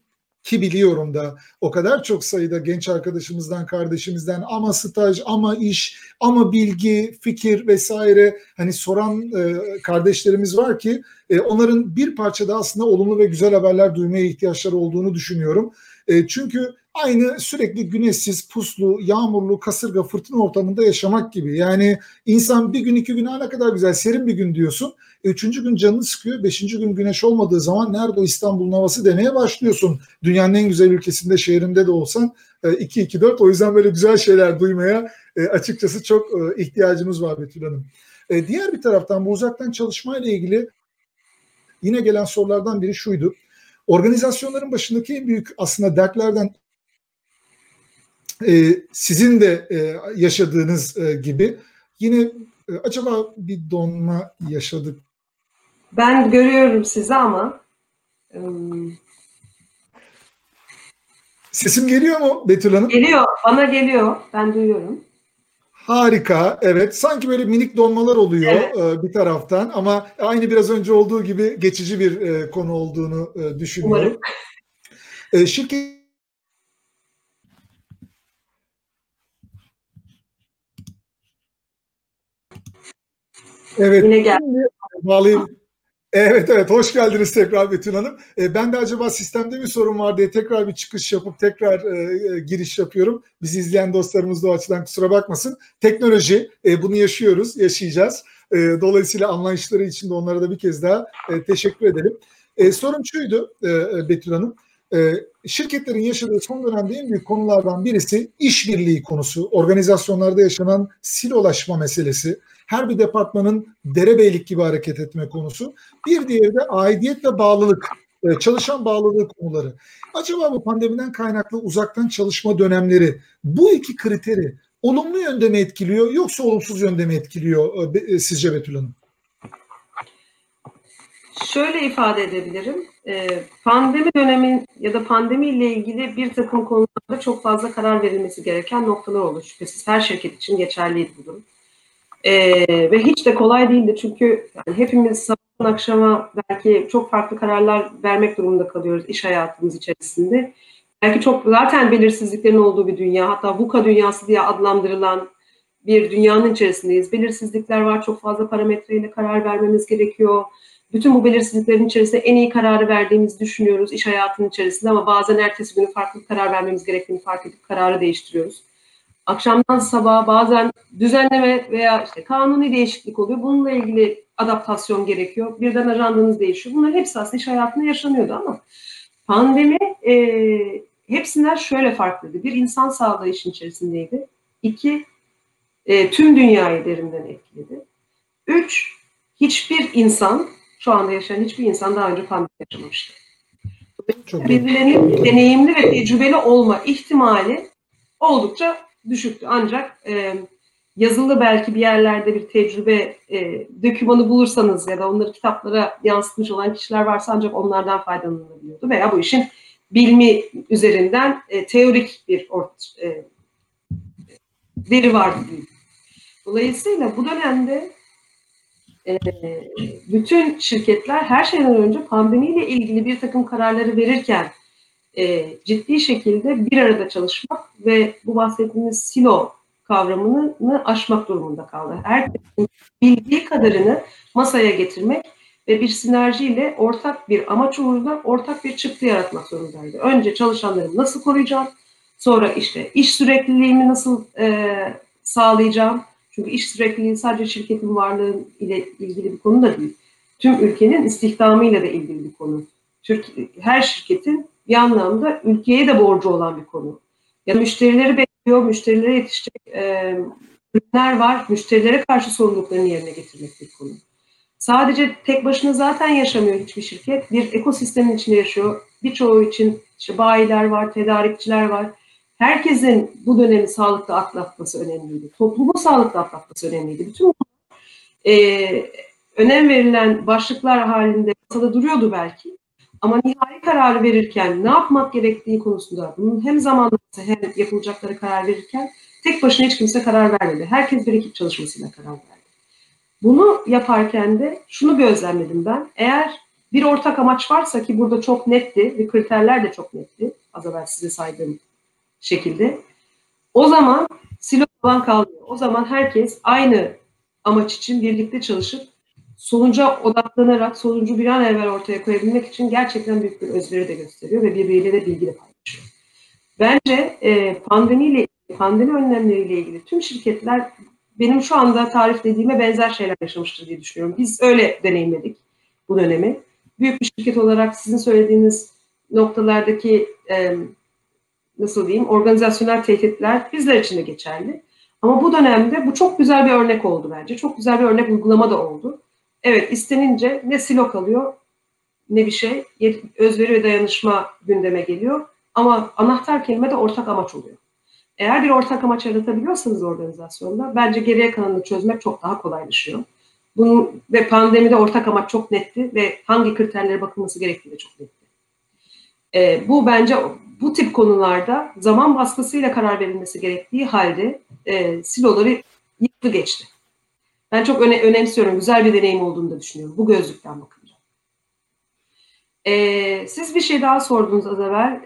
ki biliyorum da o kadar çok sayıda genç arkadaşımızdan, kardeşimizden ama staj, ama iş, ama bilgi, fikir vesaire hani soran kardeşlerimiz var ki onların bir parça da aslında olumlu ve güzel haberler duymaya ihtiyaçları olduğunu düşünüyorum. Çünkü aynı sürekli güneşsiz, puslu, yağmurlu, kasırga, fırtına ortamında yaşamak gibi. Yani insan bir gün, iki gün ne kadar güzel, serin bir gün diyorsun. Üçüncü gün canını sıkıyor. Beşinci gün güneş olmadığı zaman nerede o İstanbul'un havası demeye başlıyorsun. Dünyanın en güzel ülkesinde, şehrinde de olsan 2-2-4. O yüzden böyle güzel şeyler duymaya açıkçası çok ihtiyacımız var Betül Hanım. Diğer bir taraftan bu uzaktan çalışmayla ilgili yine gelen sorulardan biri şuydu. Organizasyonların başındaki en büyük aslında dertlerden sizin de yaşadığınız gibi yine acaba bir donma yaşadık. Ben görüyorum sizi ama Sesim geliyor mu Betül Hanım? geliyor, bana geliyor. Ben duyuyorum. Harika, evet. Sanki böyle minik donmalar oluyor Evet, bir taraftan ama aynı biraz önce olduğu gibi geçici bir konu olduğunu umarım. düşünüyorum. Şirket evet, Yine gel. şimdi bağlayayım. Evet evet, hoş geldiniz tekrar Betül Hanım. Ben de acaba sistemde bir sorun var diye tekrar bir çıkış yapıp tekrar giriş yapıyorum. Bizi izleyen dostlarımız da o açıdan kusura bakmasın. Teknoloji, bunu yaşıyoruz, yaşayacağız. Dolayısıyla anlayışları için de onlara da bir kez daha teşekkür edelim. Sorun şuydu Betül Hanım. Şirketlerin yaşadığı son dönemde en büyük konulardan birisi işbirliği konusu. Organizasyonlarda yaşanan silolaşma meselesi. Her bir departmanın derebeylik gibi hareket etme konusu. Bir diğeri de aidiyet ve bağlılık, çalışan bağlılığı konuları. Acaba bu pandemiden kaynaklı uzaktan çalışma dönemleri bu iki kriteri olumlu yönde mi etkiliyor yoksa olumsuz yönde mi etkiliyor sizce Betül Hanım? Şöyle ifade edebilirim. Pandemi dönemi ya da pandemiyle ilgili bir takım konularda çok fazla karar verilmesi gereken noktalar olur. Şüphesiz her şirket için geçerliydi bu durum. Ve hiç de kolay değildi çünkü yani hepimiz sabahtan akşama belki çok farklı kararlar vermek durumunda kalıyoruz iş hayatımız içerisinde. Belki çok zaten belirsizliklerin olduğu bir dünya, hatta VUCA dünyası diye adlandırılan bir dünyanın içerisindeyiz. Belirsizlikler var, çok fazla parametreyle karar vermemiz gerekiyor. Bütün bu belirsizliklerin içerisinde en iyi kararı verdiğimizi düşünüyoruz iş hayatının içerisinde ama bazen ertesi günü farklı bir karar vermemiz gerektiğini fark edip kararı değiştiriyoruz. Akşamdan sabaha bazen düzenleme veya işte kanuni değişiklik oluyor. Bununla ilgili adaptasyon gerekiyor. Birden ajandanız değişiyor. Bunların hepsi aslında iş hayatında yaşanıyordu ama pandemi hepsinden şöyle farklıydı. Bir, insan sağlığı işin içerisindeydi. İki, tüm dünyayı derinden etkiledi. Üç, hiçbir insan, şu anda yaşayan hiçbir insan daha önce pandemi yaşamamıştı. Çok doğru. Birbirlerinin deneyimli ve tecrübeli olma ihtimali oldukça düşüktü. Ancak yazılı belki bir yerlerde bir tecrübe dokümanı bulursanız ya da onları kitaplara yansıtmış olan kişiler varsa ancak onlardan faydalanılabiliyordu. Veya bu işin bilmi üzerinden teorik bir veri vardı. Dolayısıyla bu dönemde bütün şirketler her şeyden önce pandemiyle ilgili bir takım kararları verirken ciddi şekilde bir arada çalışmak ve bu bahsettiğimiz silo kavramını aşmak durumunda kaldı. Herkesin bildiği kadarını masaya getirmek ve bir sinerjiyle ortak bir amaç uğruna ortak bir çıktı yaratmak zorundaydı. Önce çalışanlarımı nasıl koruyacağım, sonra işte iş sürekliliğimi nasıl sağlayacağım. Çünkü iş sürekliliği sadece şirketin varlığı ile ilgili bir konu da değil. Tüm ülkenin istihdamıyla da ilgili bir konu. Her şirketin bir anlamda ülkeye de borcu olan bir konu. Ya müşterileri bekliyor, müşterilere yetişecek ürünler var, müşterilere karşı sorumluluklarını yerine getirmek bir konu. Sadece tek başına zaten yaşamıyor hiçbir şirket. Bir ekosistemin içinde yaşıyor. Birçoğu için işte bayiler var, tedarikçiler var. Herkesin bu dönemi sağlıklı atlatması önemliydi. Toplumun sağlıklı atlatması önemliydi. Bütün bu önem verilen başlıklar halinde masada duruyordu belki. Ama nihai kararı verirken ne yapmak gerektiği konusunda bunun hem zamanlaması hem yapılacakları karar verirken tek başına hiç kimse karar vermedi. Herkes bir ekip çalışmasıyla karar verdi. Bunu yaparken de şunu gözlemledim ben. Eğer bir ortak amaç varsa, ki burada çok netti ve kriterler de çok netti, az evvel size saydığım şekilde, o zaman silo falan kalmıyor. O zaman herkes aynı amaç için birlikte çalışıp sonuca odaklanarak sonucu bir an evvel ortaya koyabilmek için gerçekten büyük bir özveri de gösteriyor ve birbiriyle de bilgi de paylaşıyor. Bence pandemi önlemleriyle ilgili tüm şirketler benim şu anda tariflediğime benzer şeyler yaşamıştır diye düşünüyorum. Biz öyle deneyimledik bu dönemi. Büyük bir şirket olarak sizin söylediğiniz noktalardaki nasıl diyeyim, organizasyonel tehditler bizler için de geçerli. Ama bu dönemde bu çok güzel bir örnek oldu bence. Çok güzel bir örnek uygulama da oldu. Evet, istenince ne silo kalıyor ne bir şey. Özveri ve dayanışma gündeme geliyor. Ama anahtar kelime de ortak amaç oluyor. Eğer bir ortak amaç yaratabiliyorsanız organizasyonda bence geriye kalanını çözmek çok daha kolaylaşıyor. Bunun ve pandemide ortak amaç çok netti ve hangi kriterlere bakılması gerektiği de çok netti. Bu bence bu tip konularda zaman baskısıyla karar verilmesi gerektiği halde siloları yıktı geçti. Ben çok önemsiyorum. Güzel bir deneyim olduğunu da düşünüyorum. Bu gözlükten bakınca. Siz bir şey daha sordunuz az evvel.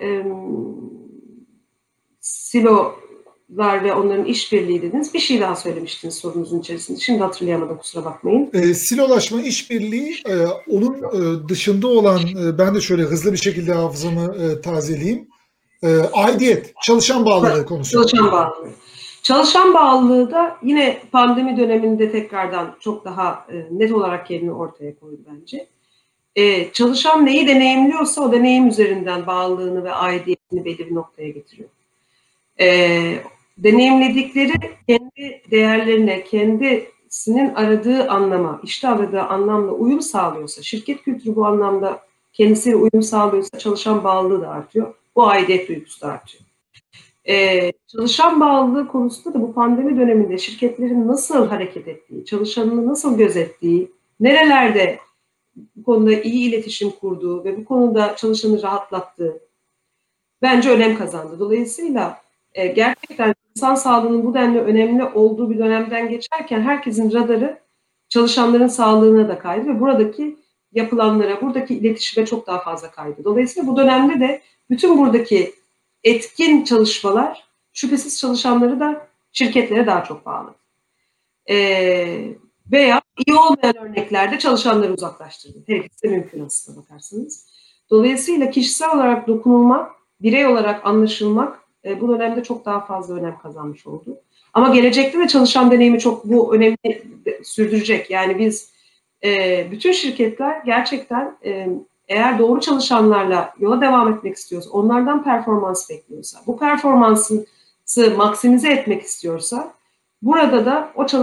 Silolar ve onların işbirliği dediniz. Bir şey daha söylemiştiniz sorunuzun içerisinde. Şimdi hatırlayamadım, kusura bakmayın. Silolaşma, işbirliği, onun dışında olan, ben de şöyle hızlı bir şekilde hafızamı tazeleyeyim. Aidiyet, çalışan bağlılığı konusu. Çalışan bağlılığı. Çalışan bağlılığı da yine pandemi döneminde tekrardan çok daha net olarak kendini ortaya koydu bence. Çalışan neyi deneyimliyorsa o deneyim üzerinden bağlılığını ve aidiyetini belli bir noktaya getiriyor. Deneyimledikleri kendi değerlerine, kendisinin aradığı anlama, işte aradığı anlamla uyum sağlıyorsa, şirket kültürü bu anlamda kendisiyle uyum sağlıyorsa çalışan bağlılığı da artıyor. Bu aidiyet duygusu da artıyor. Çalışan bağlılığı konusunda da bu pandemi döneminde şirketlerin nasıl hareket ettiği, çalışanını nasıl gözettiği, nerelerde bu konuda iyi iletişim kurduğu ve bu konuda çalışanı rahatlattığı bence önem kazandı. Dolayısıyla gerçekten insan sağlığının bu denli önemli olduğu bir dönemden geçerken herkesin radarı çalışanların sağlığına da kaydı ve buradaki yapılanlara, buradaki iletişime çok daha fazla kaydı. Dolayısıyla bu dönemde de bütün buradaki etkin çalışmalar şüphesiz çalışanları da şirketlere daha çok bağlı. Veya iyi olmayan örneklerde çalışanları uzaklaştırdı. Her ikisi de mümkün aslında bakarsanız. Dolayısıyla kişisel olarak dokunulmak, birey olarak anlaşılmak bu dönemde çok daha fazla önem kazanmış oldu. Ama gelecekte de çalışan deneyimi çok bu önemi sürdürecek. Yani biz bütün şirketler gerçekten eğer doğru çalışanlarla yola devam etmek istiyorsa, onlardan performans bekliyorsa, bu performansı maksimize etmek istiyorsa, burada da o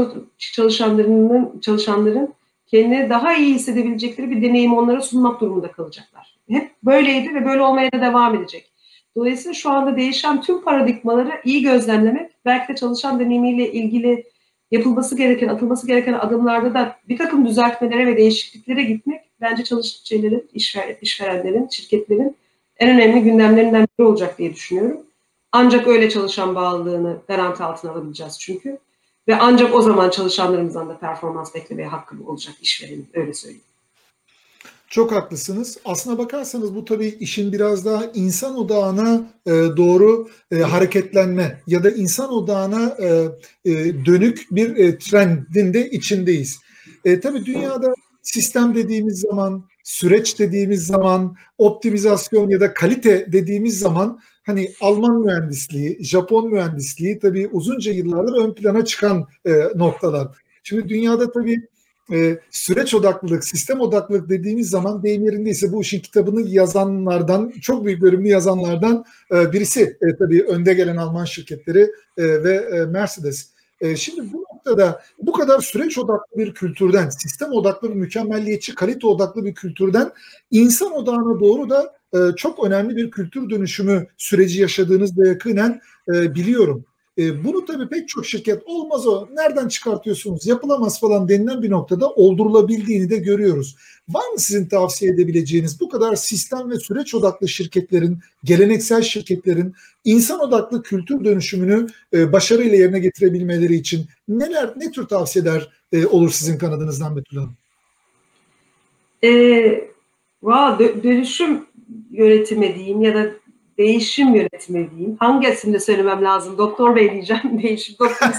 çalışanların kendini daha iyi hissedebilecekleri bir deneyimi onlara sunmak durumunda kalacaklar. Hep böyleydi ve böyle olmaya da devam edecek. Dolayısıyla şu anda değişen tüm paradigmaları iyi gözlemlemek, belki de çalışan deneyimiyle ilgili yapılması gereken, atılması gereken adımlarda da bir takım düzeltmelere ve değişikliklere gitmek bence çalışanların, işverenlerin, şirketlerin en önemli gündemlerinden biri olacak diye düşünüyorum. Ancak öyle çalışan bağlılığını garanti altına alabileceğiz çünkü. Ve ancak o zaman çalışanlarımızdan da performans beklemeye hakkı olacak işverenin, öyle söyleyeyim. Çok haklısınız. Aslına bakarsanız bu tabii işin biraz daha insan odağına doğru hareketlenme ya da insan odağına dönük bir trendin de içindeyiz. Tabii dünyada sistem dediğimiz zaman, süreç dediğimiz zaman, optimizasyon ya da kalite dediğimiz zaman hani Alman mühendisliği, Japon mühendisliği tabii uzunca yıllardır ön plana çıkan noktalar. Şimdi dünyada tabii süreç odaklılık, sistem odaklılık dediğimiz zaman deyim yerindeyse bu işin kitabını yazanlardan, çok büyük bölümünü yazanlardan birisi tabii önde gelen Alman şirketleri ve Mercedes. Şimdi bu noktada bu kadar süreç odaklı bir kültürden, sistem odaklı bir mükemmelliyetçi, kalite odaklı bir kültürden insan odağına doğru da çok önemli bir kültür dönüşümü süreci yaşadığınızda yakinen biliyorum. Bunu tabii pek çok şirket olmaz o, nereden çıkartıyorsunuz, yapılamaz falan denilen bir noktada oldurulabildiğini de görüyoruz. Var mı sizin tavsiye edebileceğiniz bu kadar sistem ve süreç odaklı şirketlerin, geleneksel şirketlerin insan odaklı kültür dönüşümünü başarıyla yerine getirebilmeleri için ne tür tavsiyeler olur sizin kanadınızdan Betül Hanım? Dönüşüm yönetimi diyeyim ya da değişim yönetimi diyeyim. Hangisini de söylemem lazım? Doktor bey diyeceğim. Değişim doktoru.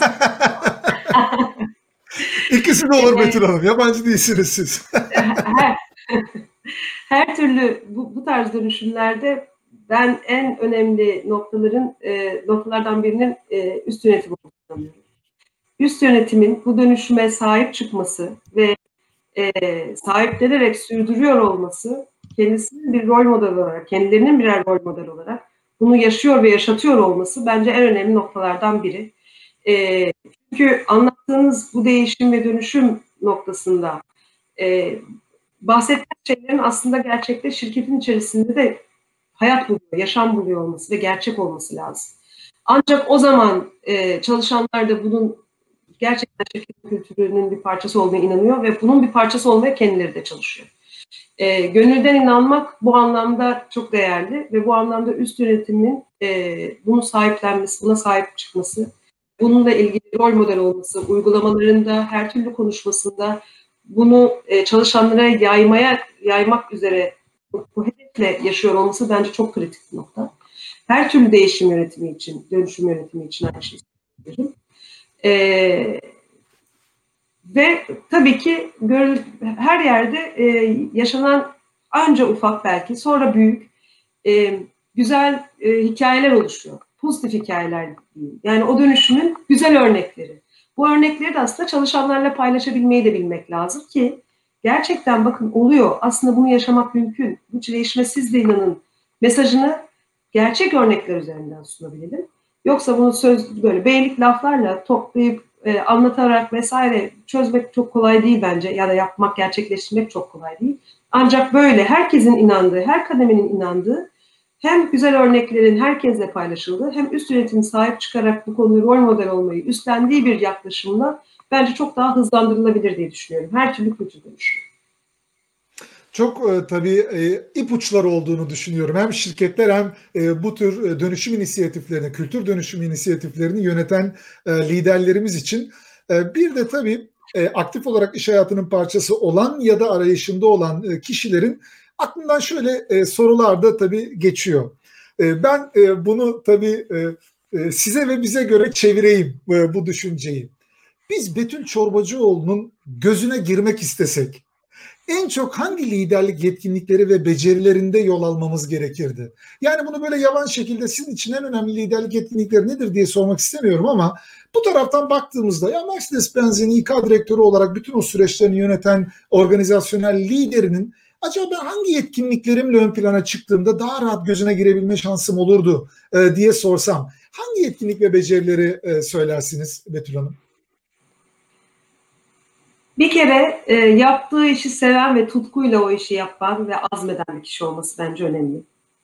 İkisi de olur Betül Hanım. Yabancı değilsiniz siz. her, her türlü bu tarz dönüşümlerde ben en önemli noktalardan birinin üst yönetim olduğunu sanıyorum. Üst yönetimin bu dönüşüme sahip çıkması ve sahiplenerek sürdürüyor olması, kendisinin bir rol model olarak, kendilerinin birer rol model olarak bunu yaşıyor ve yaşatıyor olması bence en önemli noktalardan biri. Çünkü anlattığınız bu değişim ve dönüşüm noktasında bahsettiğim şeylerin aslında gerçekte şirketin içerisinde de hayat buluyor, yaşam buluyor olması ve gerçek olması lazım. Ancak o zaman çalışanlar da bunun gerçekten şirket kültürünün bir parçası olduğuna inanıyor ve bunun bir parçası olmaya kendileri de çalışıyor. Gönülden inanmak bu anlamda çok değerli ve bu anlamda üst yönetimin bunu sahiplenmesi, buna sahip çıkması, bununla ilgili rol model olması, uygulamalarında, her türlü konuşmasında bunu çalışanlara yaymak üzere bu hedefle yaşıyor olması bence çok kritik bir nokta. Her türlü değişim yönetimi için, dönüşüm yönetimi için aynı şeyi söylüyorum. Ve tabii ki her yerde yaşanan önce ufak belki sonra büyük güzel hikayeler oluşuyor. Pozitif hikayeler diyeyim. Yani o dönüşümün güzel örnekleri. Bu örnekleri de aslında çalışanlarla paylaşabilmeyi de bilmek lazım ki gerçekten bakın oluyor. Aslında bunu yaşamak mümkün. Bu değişime siz de inanın mesajını gerçek örnekler üzerinden sunabilelim. Yoksa bunu böyle beylik laflarla toplayıp anlatarak vesaire çözmek çok kolay değil bence ya da yapmak, gerçekleştirmek çok kolay değil. Ancak böyle herkesin inandığı, her kademenin inandığı hem güzel örneklerin herkesle paylaşıldığı hem üst yönetimin sahip çıkarak bu konuyu rol model olmayı üstlendiği bir yaklaşımla bence çok daha hızlandırılabilir diye düşünüyorum. Her türlü kültür dönüşümü. Çok tabii ipuçları olduğunu düşünüyorum. Hem şirketler hem bu tür dönüşüm inisiyatiflerini, kültür dönüşüm inisiyatiflerini yöneten liderlerimiz için. Bir de tabii aktif olarak iş hayatının parçası olan ya da arayışında olan kişilerin aklından şöyle sorular da tabii geçiyor. Ben bunu tabii size ve bize göre çevireyim bu düşünceyi. Biz Betül Çorbacıoğlu'nun gözüne girmek istesek, en çok hangi liderlik yetkinlikleri ve becerilerinde yol almamız gerekirdi? Yani bunu böyle yavan şekilde sizin için en önemli liderlik yetkinlikleri nedir diye sormak istemiyorum ama bu taraftan baktığımızda ya Mercedes-Benz'in İK direktörü olarak bütün o süreçlerini yöneten organizasyonel liderinin acaba ben hangi yetkinliklerimle ön plana çıktığımda daha rahat gözüne girebilme şansım olurdu diye sorsam hangi yetkinlik ve becerileri söylersiniz Betül Hanım? Bir kere yaptığı işi seven ve tutkuyla o işi yapan ve azmeden bir kişi olması bence önemli.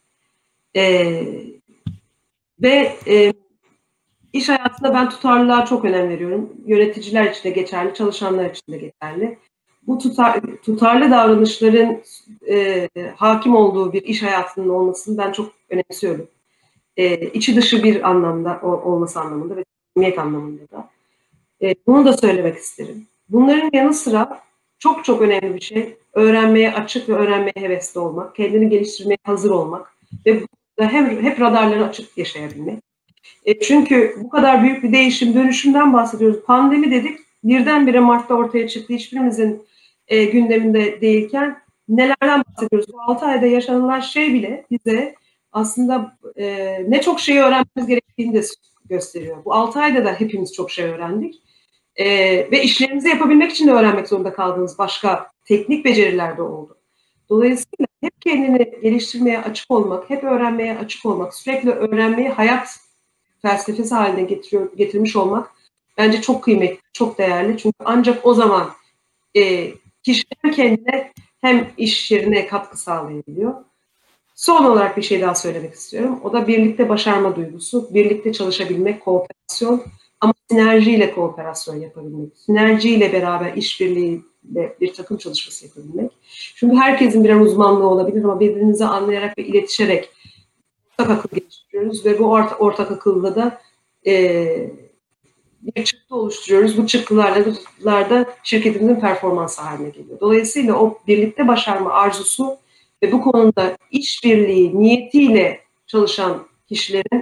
Ve iş hayatında ben tutarlılığa çok önem veriyorum. Yöneticiler için de geçerli, çalışanlar için de geçerli. Bu tutarlı davranışların hakim olduğu bir iş hayatının olmasını ben çok önemsiyorum. İçi dışı bir anlamda olması anlamında ve samimiyet anlamında da. Bunu da söylemek isterim. Bunların yanı sıra çok çok önemli bir şey öğrenmeye açık ve öğrenmeye hevesli olmak, kendini geliştirmeye hazır olmak ve hep radarları açık yaşayabilmek. Çünkü bu kadar büyük bir değişim, dönüşümden bahsediyoruz. Pandemi dedik, birdenbire Mart'ta ortaya çıktı. Hiçbirimizin gündeminde değilken nelerden bahsediyoruz? Bu 6 ayda yaşanılan şey bile bize aslında ne çok şeyi öğrenmemiz gerektiğini de gösteriyor. Bu 6 ayda da hepimiz çok şey öğrendik. Ve işlerimizi yapabilmek için de öğrenmek zorunda kaldığımız başka teknik beceriler de oldu. Dolayısıyla hep kendini geliştirmeye açık olmak, hep öğrenmeye açık olmak, sürekli öğrenmeyi hayat felsefesi haline getirmiş olmak bence çok kıymetli, çok değerli. Çünkü ancak o zaman kişi hem kendine hem iş yerine katkı sağlayabiliyor. Son olarak bir şey daha söylemek istiyorum. O da birlikte başarma duygusu, birlikte çalışabilmek, kooperasyon ama sinerjiyle kooperasyon yapabilmek, sinerjiyle beraber işbirliğiyle bir takım çalışması yapabilmek. Çünkü herkesin birer uzmanlığı olabilir ama birbirinizi anlayarak ve iletişerek ortak akıl geliştiriyoruz ve bu ortak akılla da bir çıktı oluşturuyoruz. Bu çıktılarla da şirketimizin performansı haline geliyor. Dolayısıyla o birlikte başarma arzusu ve bu konuda işbirliği niyetiyle çalışan kişilerin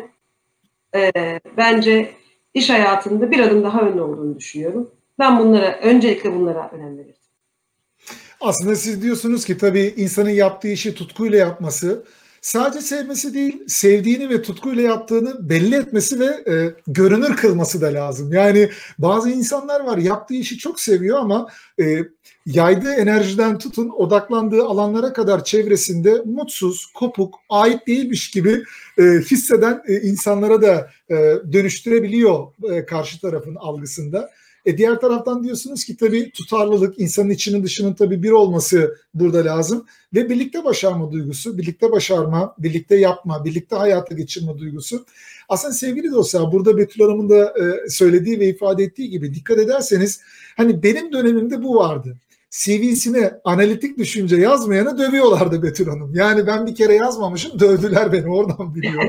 bence iş hayatında bir adım daha önde olduğunu düşünüyorum. Ben öncelikle bunlara önem veririm. Aslında siz diyorsunuz ki tabii insanın yaptığı işi tutkuyla yapması, sadece sevmesi değil, sevdiğini ve tutkuyla yaptığını belli etmesi ve görünür kılması da lazım. Yani bazı insanlar var, yaptığı işi çok seviyor ama yaydığı enerjiden tutun odaklandığı alanlara kadar çevresinde mutsuz, kopuk, ait değilmiş gibi hisseden insanlara da dönüştürebiliyor karşı tarafın algısında. Diğer taraftan diyorsunuz ki tabii tutarlılık, insanın içinin dışının tabii bir olması burada lazım. Ve birlikte başarma duygusu, birlikte başarma, birlikte yapma, birlikte hayata geçirme duygusu. Aslında sevgili dostlar, burada Betül Hanım'ın da söylediği ve ifade ettiği gibi dikkat ederseniz hani benim dönemimde bu vardı. CV'sine analitik düşünce yazmayanı dövüyorlardı Betül Hanım. Yani ben bir kere yazmamışım, dövdüler beni, oradan biliyorum.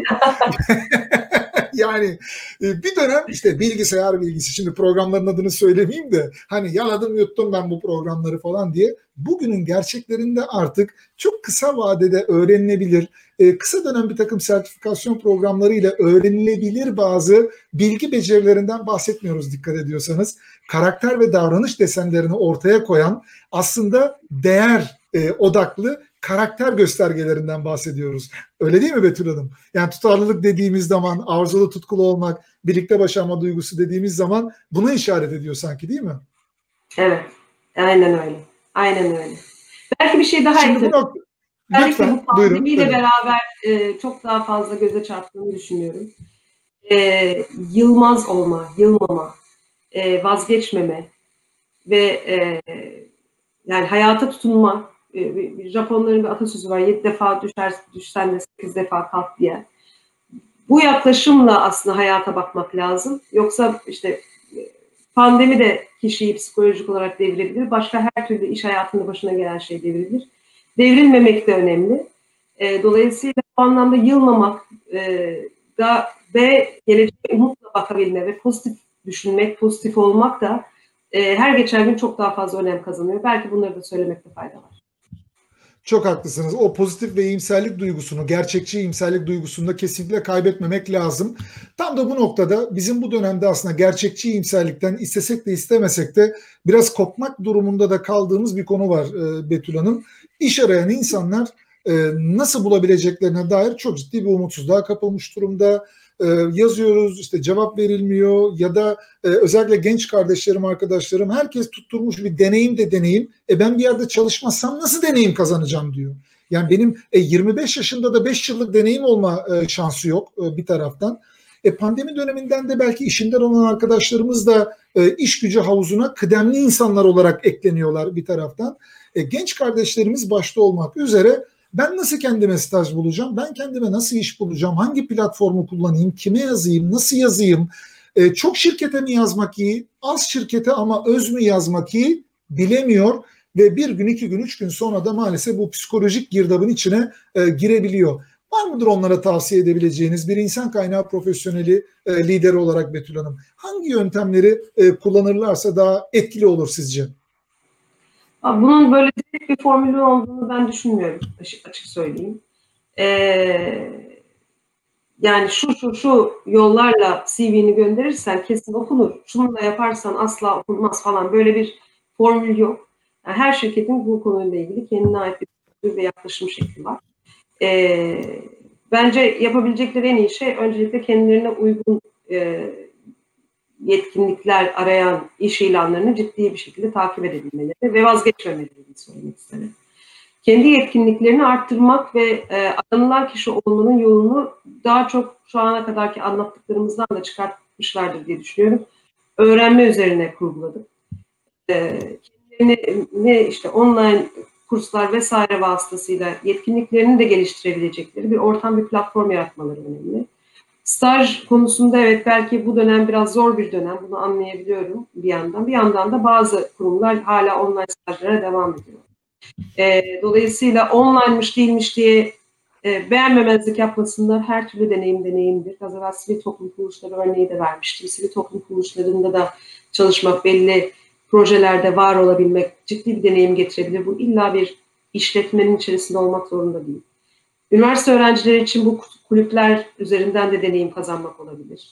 Yani bir dönem işte bilgisayar bilgisi, şimdi programların adını söylemeyeyim de hani yaladım yuttum ben bu programları falan diye. Bugünün gerçeklerinde artık çok kısa vadede öğrenilebilir, kısa dönem bir takım sertifikasyon programlarıyla öğrenilebilir bazı bilgi becerilerinden bahsetmiyoruz dikkat ediyorsanız. Karakter ve davranış desenlerini ortaya koyan aslında değer odaklı karakter göstergelerinden bahsediyoruz. Öyle değil mi Betül Hanım? Yani tutarlılık dediğimiz zaman, arzulu tutkulu olmak, birlikte başarma duygusu dediğimiz zaman buna işaret ediyor sanki, değil mi? Evet, aynen öyle. Aynen öyle. Belki bir şey daha Şimdi bu ekledim. nokta, Özellikle bu lütfen buyurun. pandemiyle Tabii. beraber çok daha fazla göze çarptığını düşünüyorum. Yılmaz olma, yılmama, vazgeçmeme ve yani hayata tutunma. Japonların bir atasözü var, 7 defa düşsen de 8 defa kalk diye. Bu yaklaşımla aslında hayata bakmak lazım. Yoksa işte pandemi de kişiyi psikolojik olarak devirebilir. Başka her türlü iş hayatında başına gelen şey devirebilir. Devrilmemek de önemli. Dolayısıyla bu anlamda yılmamak ve geleceğe umutla bakabilme ve pozitif düşünmek, pozitif olmak da her geçen gün çok daha fazla önem kazanıyor. Belki bunları da söylemekte fayda var. Çok haklısınız. O pozitif ve iyimserlik duygusunu, gerçekçi iyimserlik duygusunu da kesinlikle kaybetmemek lazım. Tam da bu noktada bizim bu dönemde aslında gerçekçi iyimserlikten istesek de istemesek de biraz kopmak durumunda da kaldığımız bir konu var Betül Hanım. İş arayan insanlar nasıl bulabileceklerine dair çok ciddi bir umutsuzluğa kapılmış durumda. Yazıyoruz, işte cevap verilmiyor ya da özellikle genç kardeşlerim, arkadaşlarım, herkes tutturmuş bir deneyim de deneyim. Ben bir yerde çalışmazsam nasıl deneyim kazanacağım diyor. Yani benim 25 yaşında da 5 yıllık deneyim olma şansı yok bir taraftan. Pandemi döneminden de belki işinden olan arkadaşlarımız da iş gücü havuzuna kıdemli insanlar olarak ekleniyorlar bir taraftan. Genç kardeşlerimiz başta olmak üzere ben nasıl kendime staj bulacağım? Ben kendime nasıl iş bulacağım? Hangi platformu kullanayım? Kime yazayım? Nasıl yazayım? Çok şirkete mi yazmak iyi? Az şirkete ama öz mü yazmak iyi? Bilemiyor ve bir gün, 2 gün, 3 gün sonra da maalesef bu psikolojik girdabın içine girebiliyor. Var mıdır onlara tavsiye edebileceğiniz bir insan kaynağı profesyoneli lideri olarak Betül Hanım? Hangi yöntemleri kullanırlarsa daha etkili olur sizce? Bunun böyle tek bir formülü olduğunu ben düşünmüyorum, açık söyleyeyim. Yani şu yollarla CV'ni gönderirsen kesin okunur, şunu da yaparsan asla okunmaz falan, böyle bir formül yok. Yani her şirketin bu konuyla ilgili kendine ait bir yaklaşım şekli var. Bence yapabilecekleri en iyi şey öncelikle kendilerine uygun yetkinlikler arayan iş ilanlarını ciddi bir şekilde takip edebilmeleri ve vazgeçmemelerini söylemek isterim. Kendi yetkinliklerini arttırmak ve aranılan kişi olmanın yolunu daha çok şu ana kadarki anlattıklarımızdan da çıkartmışlardır diye düşünüyorum. Öğrenme üzerine kurguladık. Kendilerini işte online kurslar vesaire vasıtasıyla yetkinliklerini de geliştirebilecekleri bir ortam, bir platform yaratmaları önemli. Staj konusunda evet belki bu dönem biraz zor bir dönem, bunu anlayabiliyorum bir yandan. Bir yandan da bazı kurumlar hala online stajlara devam ediyor. Dolayısıyla online'mış değilmiş diye beğenmemezlik yapmasınlar. Her türlü deneyim deneyimdir. Az evvel sivil toplum kuruluşları örneği de vermiştim. Sivil toplum kuruluşlarında da çalışmak, belli projelerde var olabilmek ciddi bir deneyim getirebilir. Bu illa bir işletmenin içerisinde olmak zorunda değil. Üniversite öğrencileri için bu kulüpler üzerinden de deneyim kazanmak olabilir.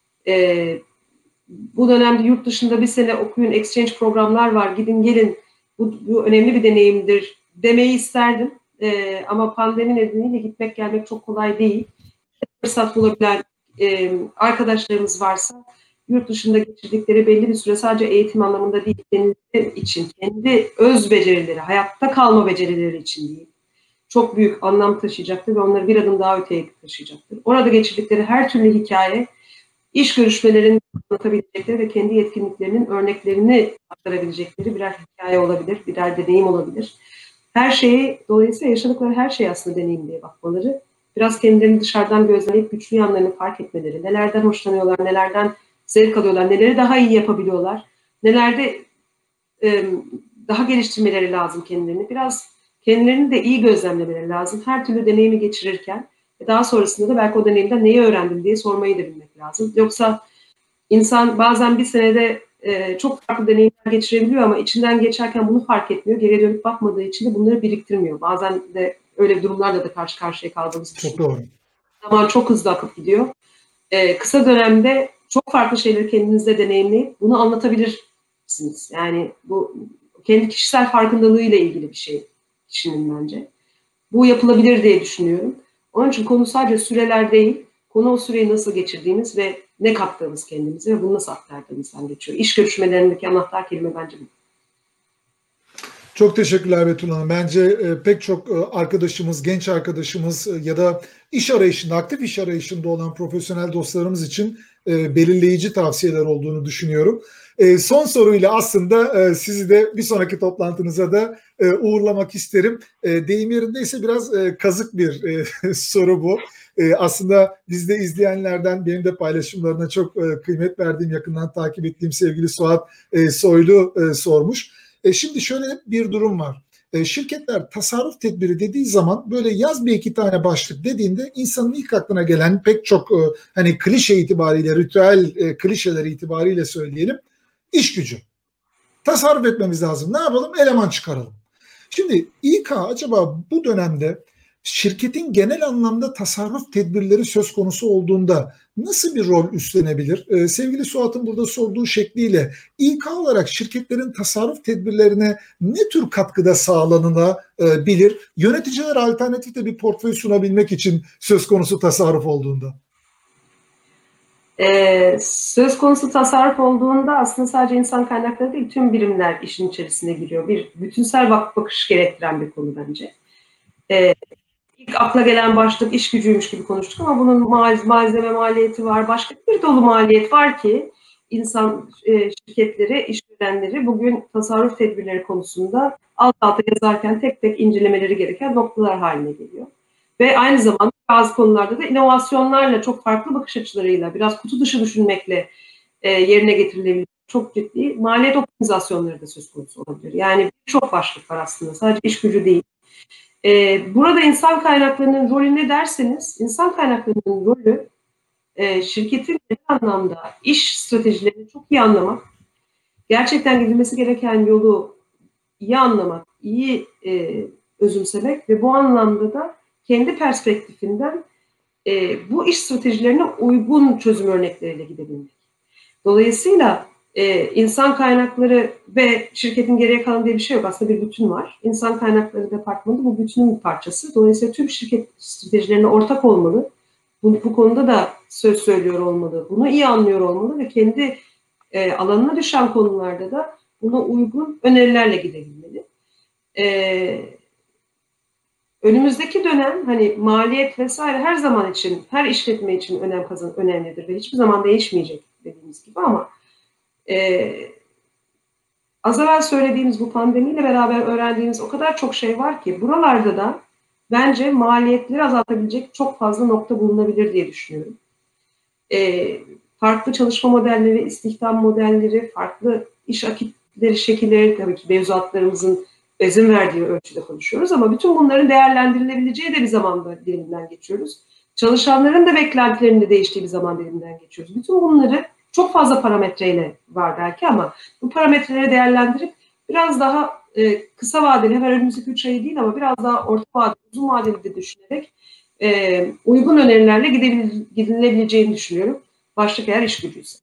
Bu dönemde yurt dışında bir sene okuyun, exchange programlar var, gidin gelin, bu önemli bir deneyimdir demeyi isterdim. Ama pandemi nedeniyle gitmek gelmek çok kolay değil. Fırsat bulabilen arkadaşlarımız varsa yurt dışında geçirdikleri belli bir süre sadece eğitim anlamında değil, kendi için, kendi öz becerileri, hayatta kalma becerileri için değil, çok büyük anlam taşıyacaktır ve onları bir adım daha öteye taşıyacaktır. Orada geçirdikleri her türlü hikaye, iş görüşmelerini anlatabilecekleri ve kendi yetkinliklerinin örneklerini aktarabilecekleri birer hikaye olabilir, birer deneyim olabilir. Her şeyi, dolayısıyla yaşadıkları her şey aslında deneyim diye bakmaları, biraz kendilerini dışarıdan gözlemleyip güçlü yanlarını fark etmeleri, nelerden hoşlanıyorlar, nelerden zevk alıyorlar, neleri daha iyi yapabiliyorlar, nelerde daha geliştirmeleri lazım kendilerini, biraz kendilerini de iyi gözlemlemeleri lazım. Her türlü deneyimi geçirirken daha sonrasında da belki o deneyimden neyi öğrendim diye sormayı da bilmek lazım. Yoksa insan bazen bir senede çok farklı deneyimler geçirebiliyor ama içinden geçerken bunu fark etmiyor. Geriye dönüp bakmadığı için de bunları biriktirmiyor. Bazen de öyle durumlarla da karşı karşıya kaldığımız için. Çok doğru. Zaman çok hızlı akıp gidiyor. Kısa dönemde çok farklı şeyleri kendinizde deneyimleyip bunu anlatabilirsiniz. Yani bu kendi kişisel farkındalığıyla ilgili bir şey kişinin bence. Bu yapılabilir diye düşünüyorum. Onun için konu sadece süreler değil, konu o süreyi nasıl geçirdiğimiz ve ne kattığımız kendimize ve bunu nasıl aktardığımızdan geçiyor. İş görüşmelerindeki anahtar kelime bence bu. Çok teşekkürler Betül Hanım. Bence pek çok arkadaşımız, genç arkadaşımız ya da iş arayışında, aktif iş arayışında olan profesyonel dostlarımız için belirleyici tavsiyeler olduğunu düşünüyorum. Son soruyla aslında sizi de bir sonraki toplantınıza da uğurlamak isterim. Deyim yerindeyse biraz kazık bir soru bu. Aslında bizde izleyenlerden benim de paylaşımlarına çok kıymet verdiğim, yakından takip ettiğim sevgili Suat Soylu sormuş. Şimdi şöyle bir durum var. Şirketler tasarruf tedbiri dediği zaman böyle yaz bir iki tane başlık dediğinde insanın ilk aklına gelen pek çok hani klişe itibariyle, ritüel klişeleri itibariyle söyleyelim, iş gücü. Tasarruf etmemiz lazım. Ne yapalım? Eleman çıkaralım. Şimdi İK acaba bu dönemde şirketin genel anlamda tasarruf tedbirleri söz konusu olduğunda nasıl bir rol üstlenebilir? Sevgili Suat'ın burada sorduğu şekliyle İK olarak şirketlerin tasarruf tedbirlerine ne tür katkıda sağlanılabilir? Yöneticiler alternatifte bir portföy sunabilmek için söz konusu tasarruf olduğunda. Söz konusu tasarruf olduğunda aslında sadece insan kaynakları değil, tüm birimler işin içerisine giriyor. Bir bütünsel bakış gerektiren bir konu bence. İlk akla gelen başlık iş gücüymüş gibi konuştuk ama bunun malzeme maliyeti var, başka bir dolu maliyet var ki insan şirketleri, işverenleri bugün tasarruf tedbirleri konusunda alt alta yazarken tek tek incelemeleri gereken noktalar haline geliyor. Ve aynı zamanda bazı konularda da inovasyonlarla, çok farklı bakış açılarıyla, biraz kutu dışı düşünmekle yerine getirilebilir. Çok ciddi maliyet optimizasyonları da söz konusu olabilir. Yani çok başlık var aslında, sadece iş gücü değil. Burada insan kaynaklarının rolü ne derseniz, insan kaynaklarının rolü şirketin genel anlamda iş stratejilerini çok iyi anlamak, gerçekten gidilmesi gereken yolu iyi anlamak, iyi özümsemek ve bu anlamda da kendi perspektifinden bu iş stratejilerine uygun çözüm örnekleriyle gidebilmek. Dolayısıyla insan kaynakları ve şirketin geriye kalan diye bir şey yok. Aslında bir bütün var. İnsan kaynakları departmanı bu bütünün bir parçası. Dolayısıyla tüm şirket stratejilerine ortak olmalı. Bu konuda da söz söylüyor olmalı. Bunu iyi anlıyor olmalı ve kendi alanına düşen konularda da buna uygun önerilerle gidebilmeli. Önümüzdeki dönem hani maliyet vesaire her zaman için, her işletme için önemlidir ve hiçbir zaman değişmeyecek dediğimiz gibi ama az evvel söylediğimiz bu pandemiyle beraber öğrendiğimiz o kadar çok şey var ki buralarda da bence maliyetleri azaltabilecek çok fazla nokta bulunabilir diye düşünüyorum. Farklı çalışma modelleri, istihdam modelleri, farklı iş akitleri, şekilleri, tabii ki mevzuatlarımızın izin verdiği ölçüde konuşuyoruz ama bütün bunların değerlendirilebileceği de bir zaman diliminden geçiyoruz. Çalışanların da beklentilerinin de değiştiği bir zaman diliminden geçiyoruz. Bütün bunları çok fazla parametreyle var belki ama bu parametreleri değerlendirip biraz daha kısa vadeli, hemen önümüzdeki 3 ayı değil ama biraz daha orta vadeli, uzun vadeli de düşünerek uygun önerilerle gidilebileceğini düşünüyorum. Başlık eğer iş gücüyse.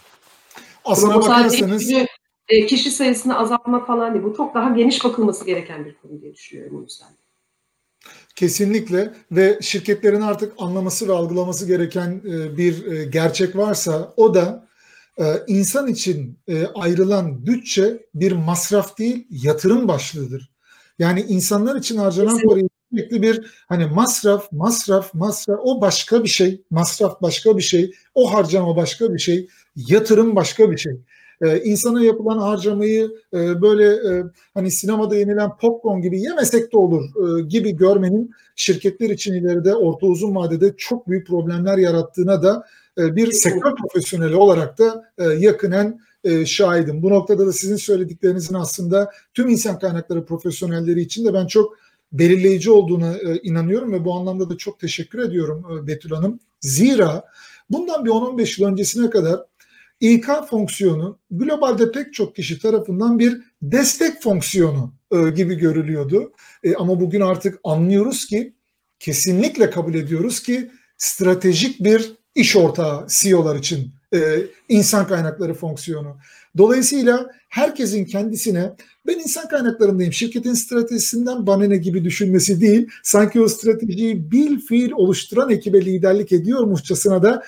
Ama Aslına bu sadece iş bakarsanız gücü, kişi sayısını azaltmak falan değil. Bu çok daha geniş bakılması gereken bir konu diye düşünüyorum o yüzden. kesinlikle, ve şirketlerin artık anlaması ve algılaması gereken bir gerçek varsa o da insan için ayrılan bütçe bir masraf değil, yatırım başlığıdır. Yani insanlar için harcanan Kesinlikle. parayı sürekli bir hani masraf, masraf, masraf, o başka bir şey, masraf başka bir şey, o harcama başka bir şey, yatırım başka bir şey. İnsana yapılan harcamayı böyle hani sinemada yenilen popcorn gibi yemesek de olur gibi görmenin şirketler için ileride orta uzun vadede çok büyük problemler yarattığına da bir sektör profesyoneli olarak da yakinen şahidim. Bu noktada da sizin söylediklerinizin aslında tüm insan kaynakları profesyonelleri için de ben çok belirleyici olduğuna inanıyorum ve bu anlamda da çok teşekkür ediyorum Betül Hanım. Zira bundan bir 10-15 yıl öncesine kadar İK fonksiyonu globalde pek çok kişi tarafından bir destek fonksiyonu gibi görülüyordu. Ama bugün artık anlıyoruz ki, kesinlikle kabul ediyoruz ki stratejik bir iş ortağı CEO'lar için insan kaynakları fonksiyonu. Dolayısıyla herkesin kendisine ben insan kaynaklarındayım, şirketin stratejisinden bana ne gibi düşünmesi değil, sanki o stratejiyi bil fiil oluşturan ekibe liderlik ediyormuşçasına da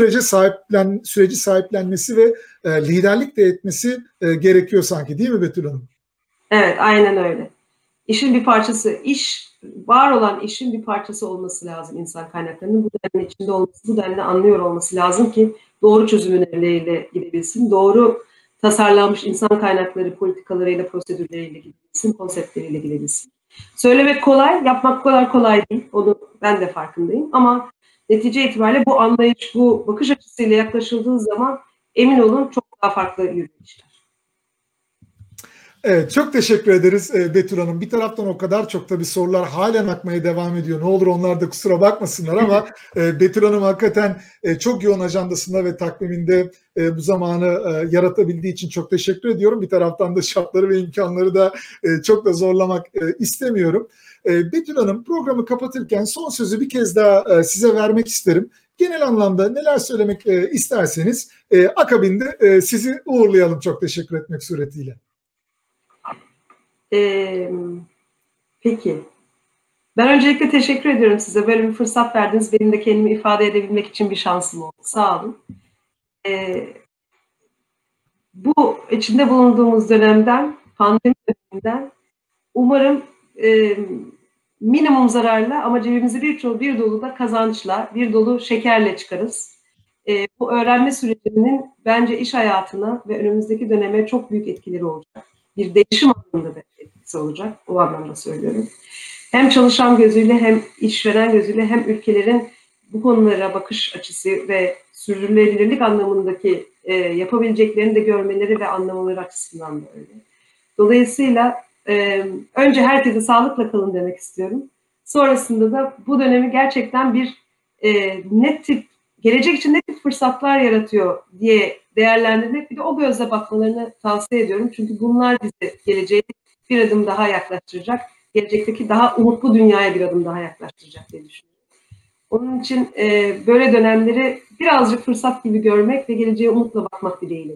süreci sahiplenmesi ve liderlik de etmesi gerekiyor sanki, değil mi Betül Hanım? Evet, aynen öyle. İşin bir parçası, var olan işin bir parçası olması lazım insan kaynaklarının. Bu denli içinde olması, bu denli anlıyor olması lazım ki doğru çözüm önerileriyle gidebilsin. Doğru tasarlanmış insan kaynakları politikalarıyla, prosedürleriyle gidebilsin, konseptleriyle gidebilsin. Söylemek kolay, yapmak kadar kolay değil. Onu ben de farkındayım. Ama netice itibariyle bu anlayış, bu bakış açısıyla yaklaşıldığı zaman emin olun çok daha farklı yürüyüşler. Evet, çok teşekkür ederiz Betül Hanım. Bir taraftan o kadar çok tabii sorular halen akmaya devam ediyor. Ne olur onlar da kusura bakmasınlar ama Betül Hanım hakikaten çok yoğun ajandasında ve takviminde bu zamanı yaratabildiği için çok teşekkür ediyorum. Bir taraftan da şartları ve imkanları da çok da zorlamak istemiyorum. Betül Hanım, programı kapatırken son sözü bir kez daha size vermek isterim. Genel anlamda neler söylemek isterseniz akabinde sizi uğurlayalım, çok teşekkür etmek suretiyle. Peki. Ben öncelikle teşekkür ediyorum size. Böyle bir fırsat verdiniz. Benim de kendimi ifade edebilmek için bir şansım oldu. Sağ olun. Bu içinde bulunduğumuz dönemden, pandemi döneminden umarım minimum zararla ama cebimizi bir dolu da kazançla, bir dolu şekerle çıkarız. Bu öğrenme sürecinin bence iş hayatına ve önümüzdeki döneme çok büyük etkileri olacak. Bir değişim anlamında da etkisi olacak. O anlamda söylüyorum. Hem çalışan gözüyle hem işveren gözüyle hem ülkelerin bu konulara bakış açısı ve sürdürülebilirlik anlamındaki yapabileceklerini de görmeleri ve anlamaları açısından da öyle. Dolayısıyla önce herkese sağlıkla kalın demek istiyorum. Sonrasında da bu dönemi gerçekten bir gelecek için ne tip fırsatlar yaratıyor diye değerlendirmek, bir de o gözle bakmalarını tavsiye ediyorum. Çünkü bunlar bizi geleceğe bir adım daha yaklaştıracak, gelecekteki daha umutlu dünyaya bir adım daha yaklaştıracak diye düşünüyorum. Onun için böyle dönemleri birazcık fırsat gibi görmek ve geleceğe umutla bakmak dileğiyle.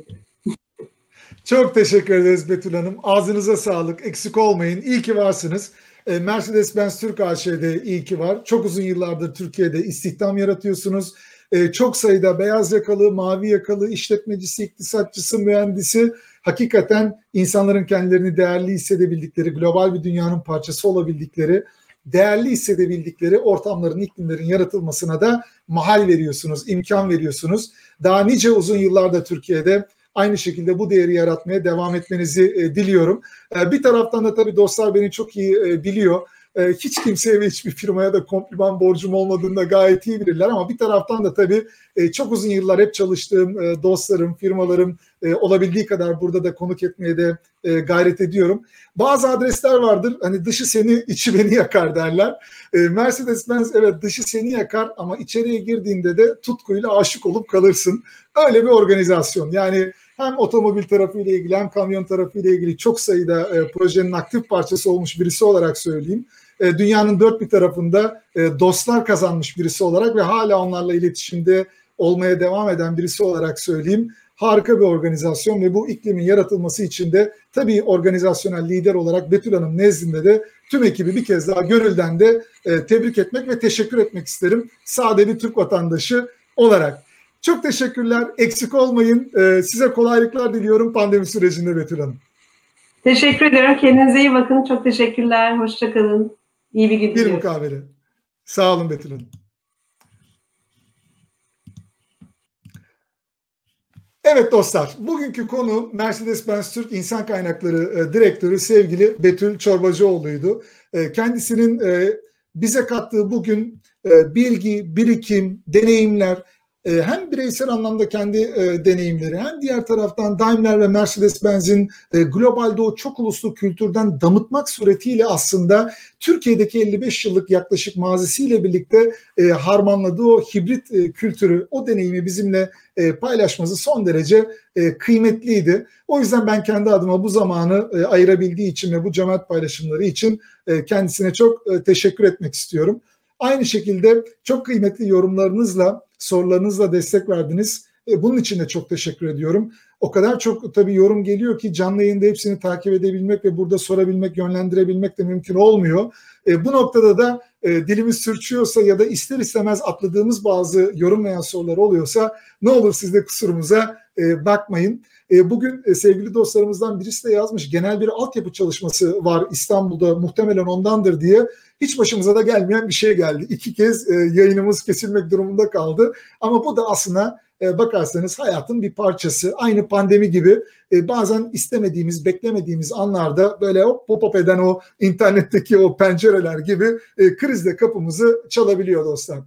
Çok teşekkür ederiz Betül Hanım. Ağzınıza sağlık, eksik olmayın. İyi ki varsınız. Mercedes-Benz Türk AŞ'de iyi ki var. Çok uzun yıllardır Türkiye'de istihdam yaratıyorsunuz. Çok sayıda beyaz yakalı, mavi yakalı, işletmecisi, iktisatçısı, mühendisi, hakikaten insanların kendilerini değerli hissedebildikleri, global bir dünyanın parçası olabildikleri, değerli hissedebildikleri ortamların, iklimlerin yaratılmasına da mahal veriyorsunuz, imkan veriyorsunuz. Daha nice uzun yıllarda Türkiye'de aynı şekilde bu değeri yaratmaya devam etmenizi diliyorum. Bir taraftan da tabii dostlar beni çok iyi biliyor. Hiç kimseye ve hiçbir firmaya da kompliman borcum olmadığını da gayet iyi bilirler ama bir taraftan da tabii çok uzun yıllar hep çalıştığım dostlarım, firmalarım olabildiği kadar burada da konuk etmeye de gayret ediyorum. Bazı adresler vardır, hani dışı seni içi beni yakar derler. Mercedes-Benz evet dışı seni yakar ama içeriye girdiğinde de tutkuyla aşık olup kalırsın. Öyle bir organizasyon. Yani hem otomobil tarafıyla ilgili hem kamyon tarafıyla ilgili çok sayıda projenin aktif parçası olmuş birisi olarak söyleyeyim. Dünyanın dört bir tarafında dostlar kazanmış birisi olarak ve hala onlarla iletişimde olmaya devam eden birisi olarak söyleyeyim. Harika bir organizasyon ve bu iklimin yaratılması için de tabii organizasyonel lider olarak Betül Hanım nezdinde de tüm ekibi bir kez daha gönülden de tebrik etmek ve teşekkür etmek isterim. Sade bir Türk vatandaşı olarak. Çok teşekkürler. Eksik olmayın. Size kolaylıklar diliyorum pandemi sürecinde Betül Hanım. Teşekkür ederim. Kendinize iyi bakın. Çok teşekkürler. Hoşça kalın. İyi bir gün diliyorum. Bir mukabele. Sağ olun Betül Hanım. Evet dostlar, bugünkü konu Mercedes-Benz Türk İnsan Kaynakları Direktörü sevgili Betül Çorbacıoğlu'ydu. Kendisinin bize kattığı bugün bilgi, birikim, deneyimler, hem bireysel anlamda kendi deneyimleri hem diğer taraftan Daimler ve Mercedes-Benz'in globalde o çok uluslu kültürden damıtmak suretiyle aslında Türkiye'deki 55 yıllık yaklaşık mazisiyle birlikte harmanladığı o hibrit kültürü, o deneyimi bizimle paylaşması son derece kıymetliydi. O yüzden ben kendi adıma bu zamanı ayırabildiği için ve bu cömert paylaşımları için kendisine çok teşekkür etmek istiyorum. Aynı şekilde çok kıymetli yorumlarınızla, sorularınızla destek verdiniz. Bunun için de çok teşekkür ediyorum. O kadar çok tabii yorum geliyor ki canlı yayında hepsini takip edebilmek ve burada sorabilmek, yönlendirebilmek de mümkün olmuyor. Bu noktada da dilimiz sürçüyorsa ya da ister istemez atladığımız bazı yorum veya sorular oluyorsa ne olur siz de kusurumuza bakmayın. Bugün sevgili dostlarımızdan birisi de yazmış, genel bir altyapı çalışması var İstanbul'da, muhtemelen ondandır diye. Hiç başımıza da gelmeyen bir şey geldi. 2 kez yayınımız kesilmek durumunda kaldı. Ama bu da aslında bakarsanız hayatın bir parçası. Aynı pandemi gibi bazen istemediğimiz, beklemediğimiz anlarda böyle pop-up eden o internetteki o pencereler gibi krizle kapımızı çalabiliyor dostlar.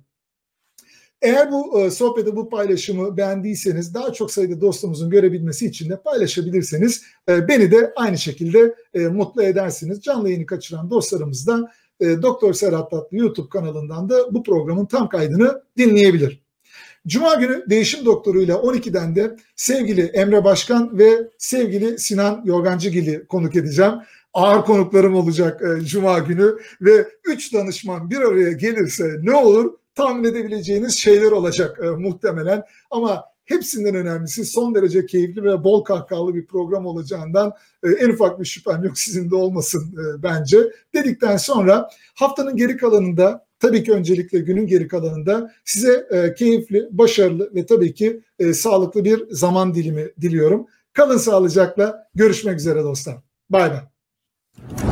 Eğer bu sohbeti, bu paylaşımı beğendiyseniz, daha çok sayıda dostumuzun görebilmesi için de paylaşabilirseniz beni de aynı şekilde mutlu edersiniz. Canlı yayını kaçıran dostlarımız da Doktor Serhat Tatlı YouTube kanalından da bu programın tam kaydını dinleyebilir. Cuma günü Değişim Doktoru'yla 12'den de sevgili Emre Başkan ve sevgili Sinan Yorgancıgil'i konuk edeceğim. Ağır konuklarım olacak Cuma günü ve 3 danışman bir araya gelirse ne olur? Tahmin edebileceğiniz şeyler olacak muhtemelen. Ama hepsinden önemlisi son derece keyifli ve bol kahkahalı bir program olacağından en ufak bir şüphem yok, sizin de olmasın bence. Dedikten sonra haftanın geri kalanında, tabii ki öncelikle günün geri kalanında size keyifli, başarılı ve tabii ki sağlıklı bir zaman dilimi diliyorum. Kalın sağlıcakla, görüşmek üzere dostlar. Bay bay.